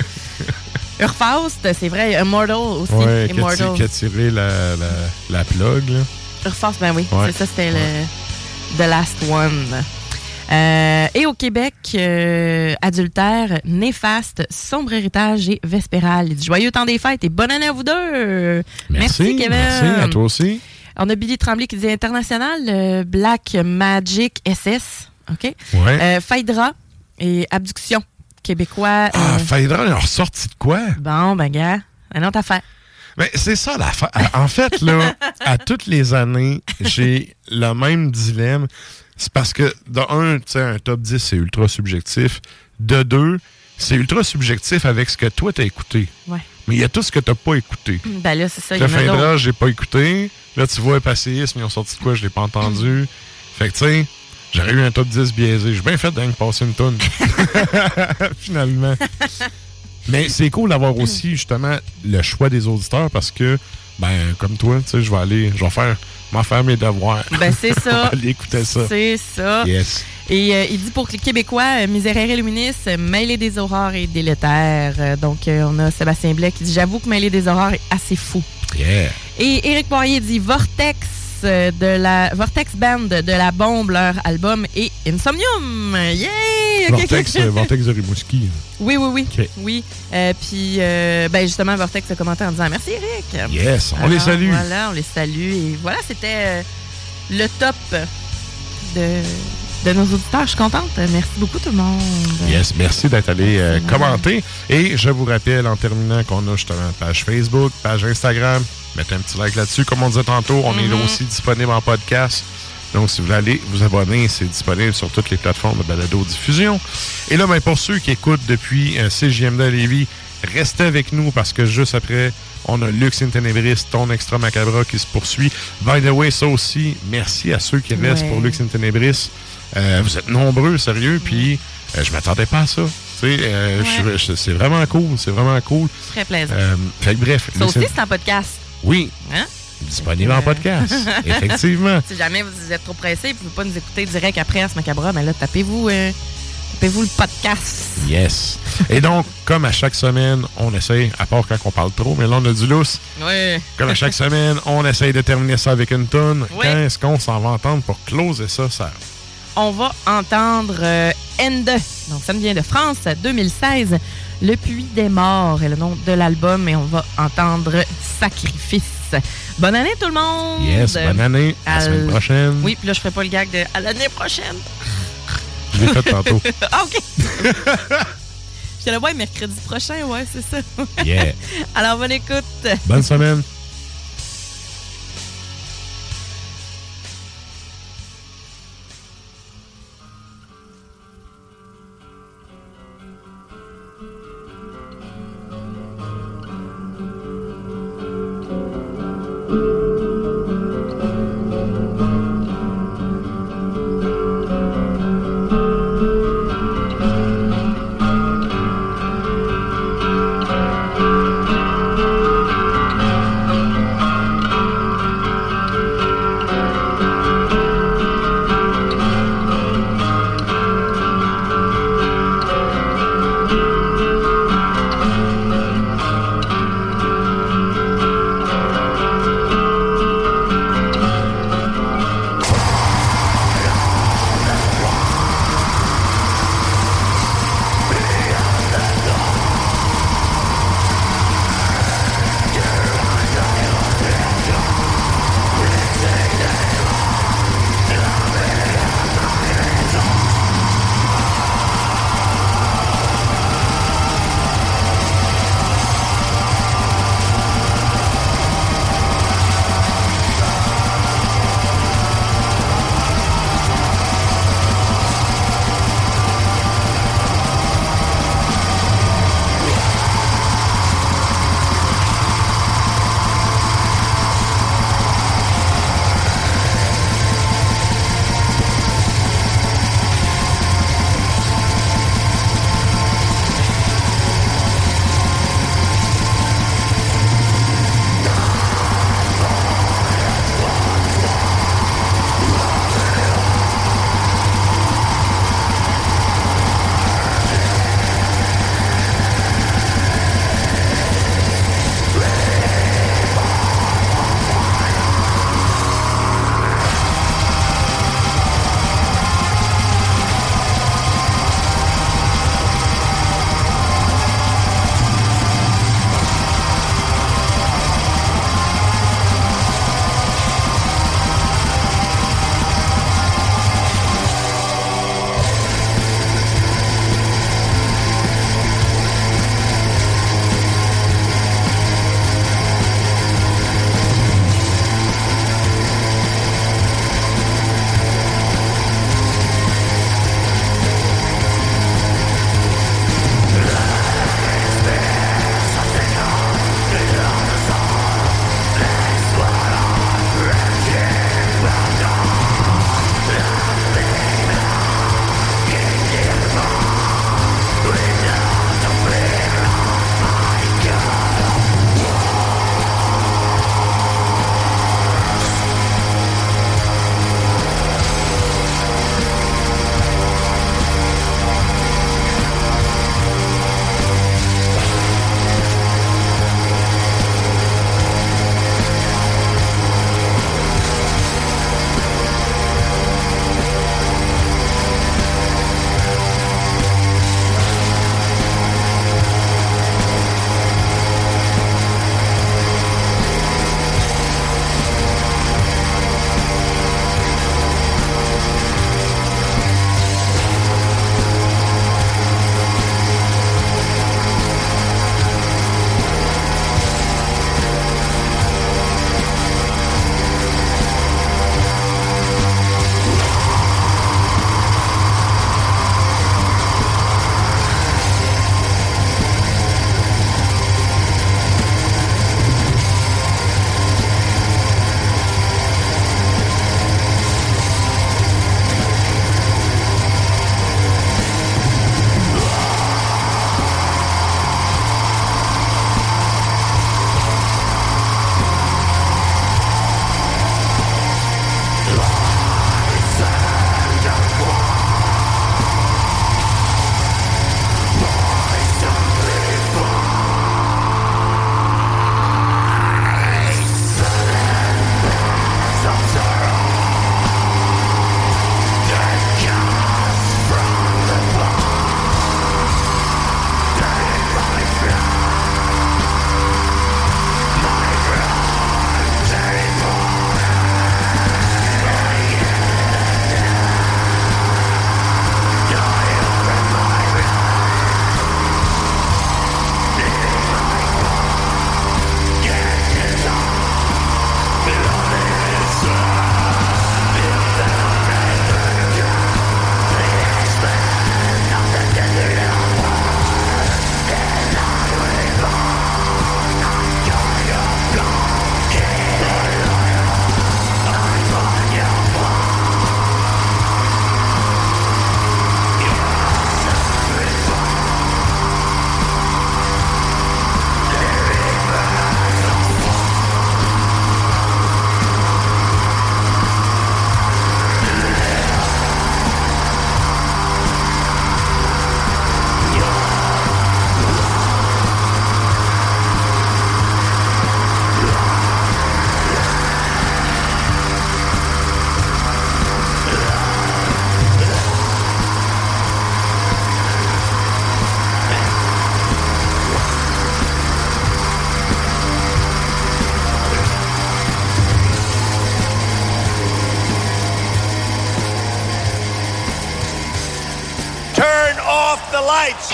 Urfaust, c'est vrai. Immortal aussi. Ouais, Immortal. Qui a tiré la plug, là. Urfaust, ben oui. Ouais. C'est ça, c'était le The Last One. Et au Québec, Adultère, Néfaste, Sombre Héritage et Vespéral. Joyeux temps des fêtes et bonne année à vous deux. Merci Kevin. Merci, à toi aussi. On a Billy Tremblay qui dit international, Black Magic SS, OK? Ouais. Phaedra et Abduction, québécois. Phaedra, ils ont ressorti de quoi? Bon, ben gars, une autre affaire. Mais c'est ça l'affaire. En fait, là, à toutes les années, j'ai le même dilemme. C'est parce que, de un, tu sais, un top 10, c'est ultra subjectif. De deux, c'est ultra subjectif avec ce que toi, t'as écouté. Ouais. Mais il y a tout ce que t'as pas écouté. Ben là, c'est ça. Le Phaedra, j'ai pas écouté. Là, tu vois, Passéisme, ils ont sorti de quoi, je l'ai pas entendu. Fait que, tu sais, j'aurais eu un top 10 biaisé. J'ai bien fait de passer une tonne. Finalement. Mais c'est cool d'avoir aussi, justement, le choix des auditeurs parce que, ben, comme toi, tu sais, je vais m'en faire mes devoirs. Ben, c'est ça. Aller écouter ça. C'est ça. Yes. Et il dit pour les Québécois, Miséraire Illuminis, Mêlée des Aurores et Délétère. Donc, on a Sébastien Blais qui dit j'avoue que Mêlée des Aurores est assez fou. Yeah. Et Éric Poirier dit Vortex Band de la Bombe, leur album et Insomnium. Yeah! Vortex de Rimouski. Oui. Okay. Oui. Puis, ben justement, Vortex a commenté en disant merci Éric. Yes, on les salue. Voilà, on les salue. Et voilà, c'était le top de nos auditeurs. Je suis contente. Merci beaucoup tout le monde. Yes, merci d'être allé commenter. Et je vous rappelle en terminant qu'on a justement page Facebook, page Instagram. Mettez un petit like là-dessus. Comme on disait tantôt, on est là aussi disponible en podcast. Donc, si vous voulez aller vous abonner, c'est disponible sur toutes les plateformes de balado-diffusion. Et là, ben, pour ceux qui écoutent depuis CJMD à Lévis, restez avec nous parce que juste après, on a Lux in Tenebris, ton extra macabre qui se poursuit. By the way, ça aussi, merci à ceux qui restent pour Lux in Tenebris. Vous êtes nombreux, sérieux, puis je m'attendais pas à ça. C'est vraiment cool, c'est vraiment cool. Très plaisant. Fait que bref. Ça aussi, c'est un podcast. Oui. Hein? Disponible en podcast. Effectivement. Si jamais vous êtes trop pressé et vous ne pouvez pas nous écouter direct après à ce macabre, ben là, tapez-vous le podcast. Yes. Et donc, comme à chaque semaine, on essaye, à part quand on parle trop, mais là, on a du lousse. Oui. Comme à chaque semaine, on essaye de terminer ça avec une toune. Oui. Quand est-ce qu'on s'en va entendre pour closer ça, Sarah? On va entendre Ende. Donc, ça me vient de France, 2016. Le Puits des Morts est le nom de l'album et on va entendre Sacrifice. Bonne année tout le monde! Yes, bonne année. À la semaine prochaine. Oui, puis là, je ferai pas le gag de à l'année prochaine. Je l'ai fait tantôt. Ah, OK. Je te le vois mercredi prochain, ouais, c'est ça. Yeah. Alors, bonne écoute. Bonne semaine. the lights.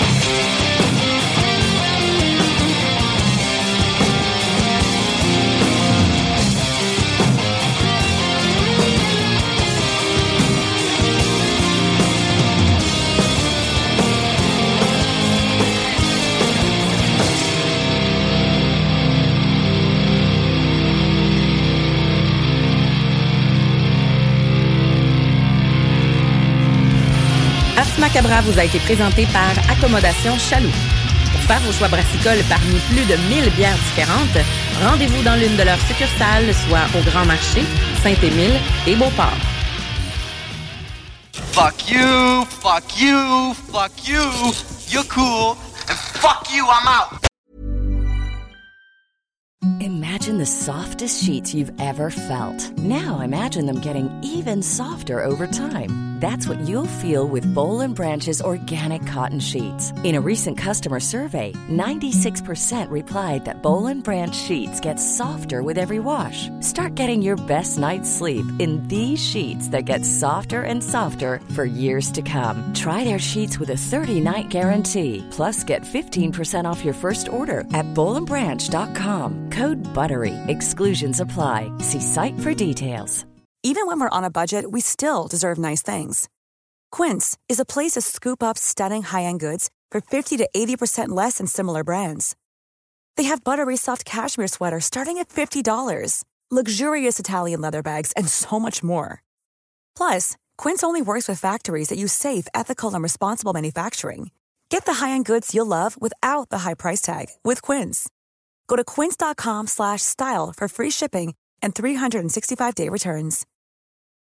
Ars Macabra vous a été présenté par Accommodation Chaloux. Pour faire vos choix brassicoles parmi plus de 1000 bières différentes, rendez-vous dans l'une de leurs succursales, soit au Grand Marché, Saint-Émile et Beauport. Fuck you, fuck you, fuck you. You're cool, and fuck you, I'm out. Imagine the softest sheets you've ever felt. Now imagine them getting even softer over time. That's what you'll feel with Boll & Branch's organic cotton sheets. In a recent customer survey, 96% replied that Boll & Branch sheets get softer with every wash. Start getting your best night's sleep in these sheets that get softer and softer for years to come. Try their sheets with a 30-night guarantee. Plus, get 15% off your first order at bollandbranch.com. Code BUTTERY. Exclusions apply. See site for details. Even when we're on a budget, we still deserve nice things. Quince is a place to scoop up stunning high-end goods for 50 to 80% less than similar brands. They have buttery soft cashmere sweaters starting at $50, luxurious Italian leather bags, and so much more. Plus, Quince only works with factories that use safe, ethical, and responsible manufacturing. Get the high-end goods you'll love without the high price tag with Quince. Go to quince.com/style for free shipping and 365-day returns.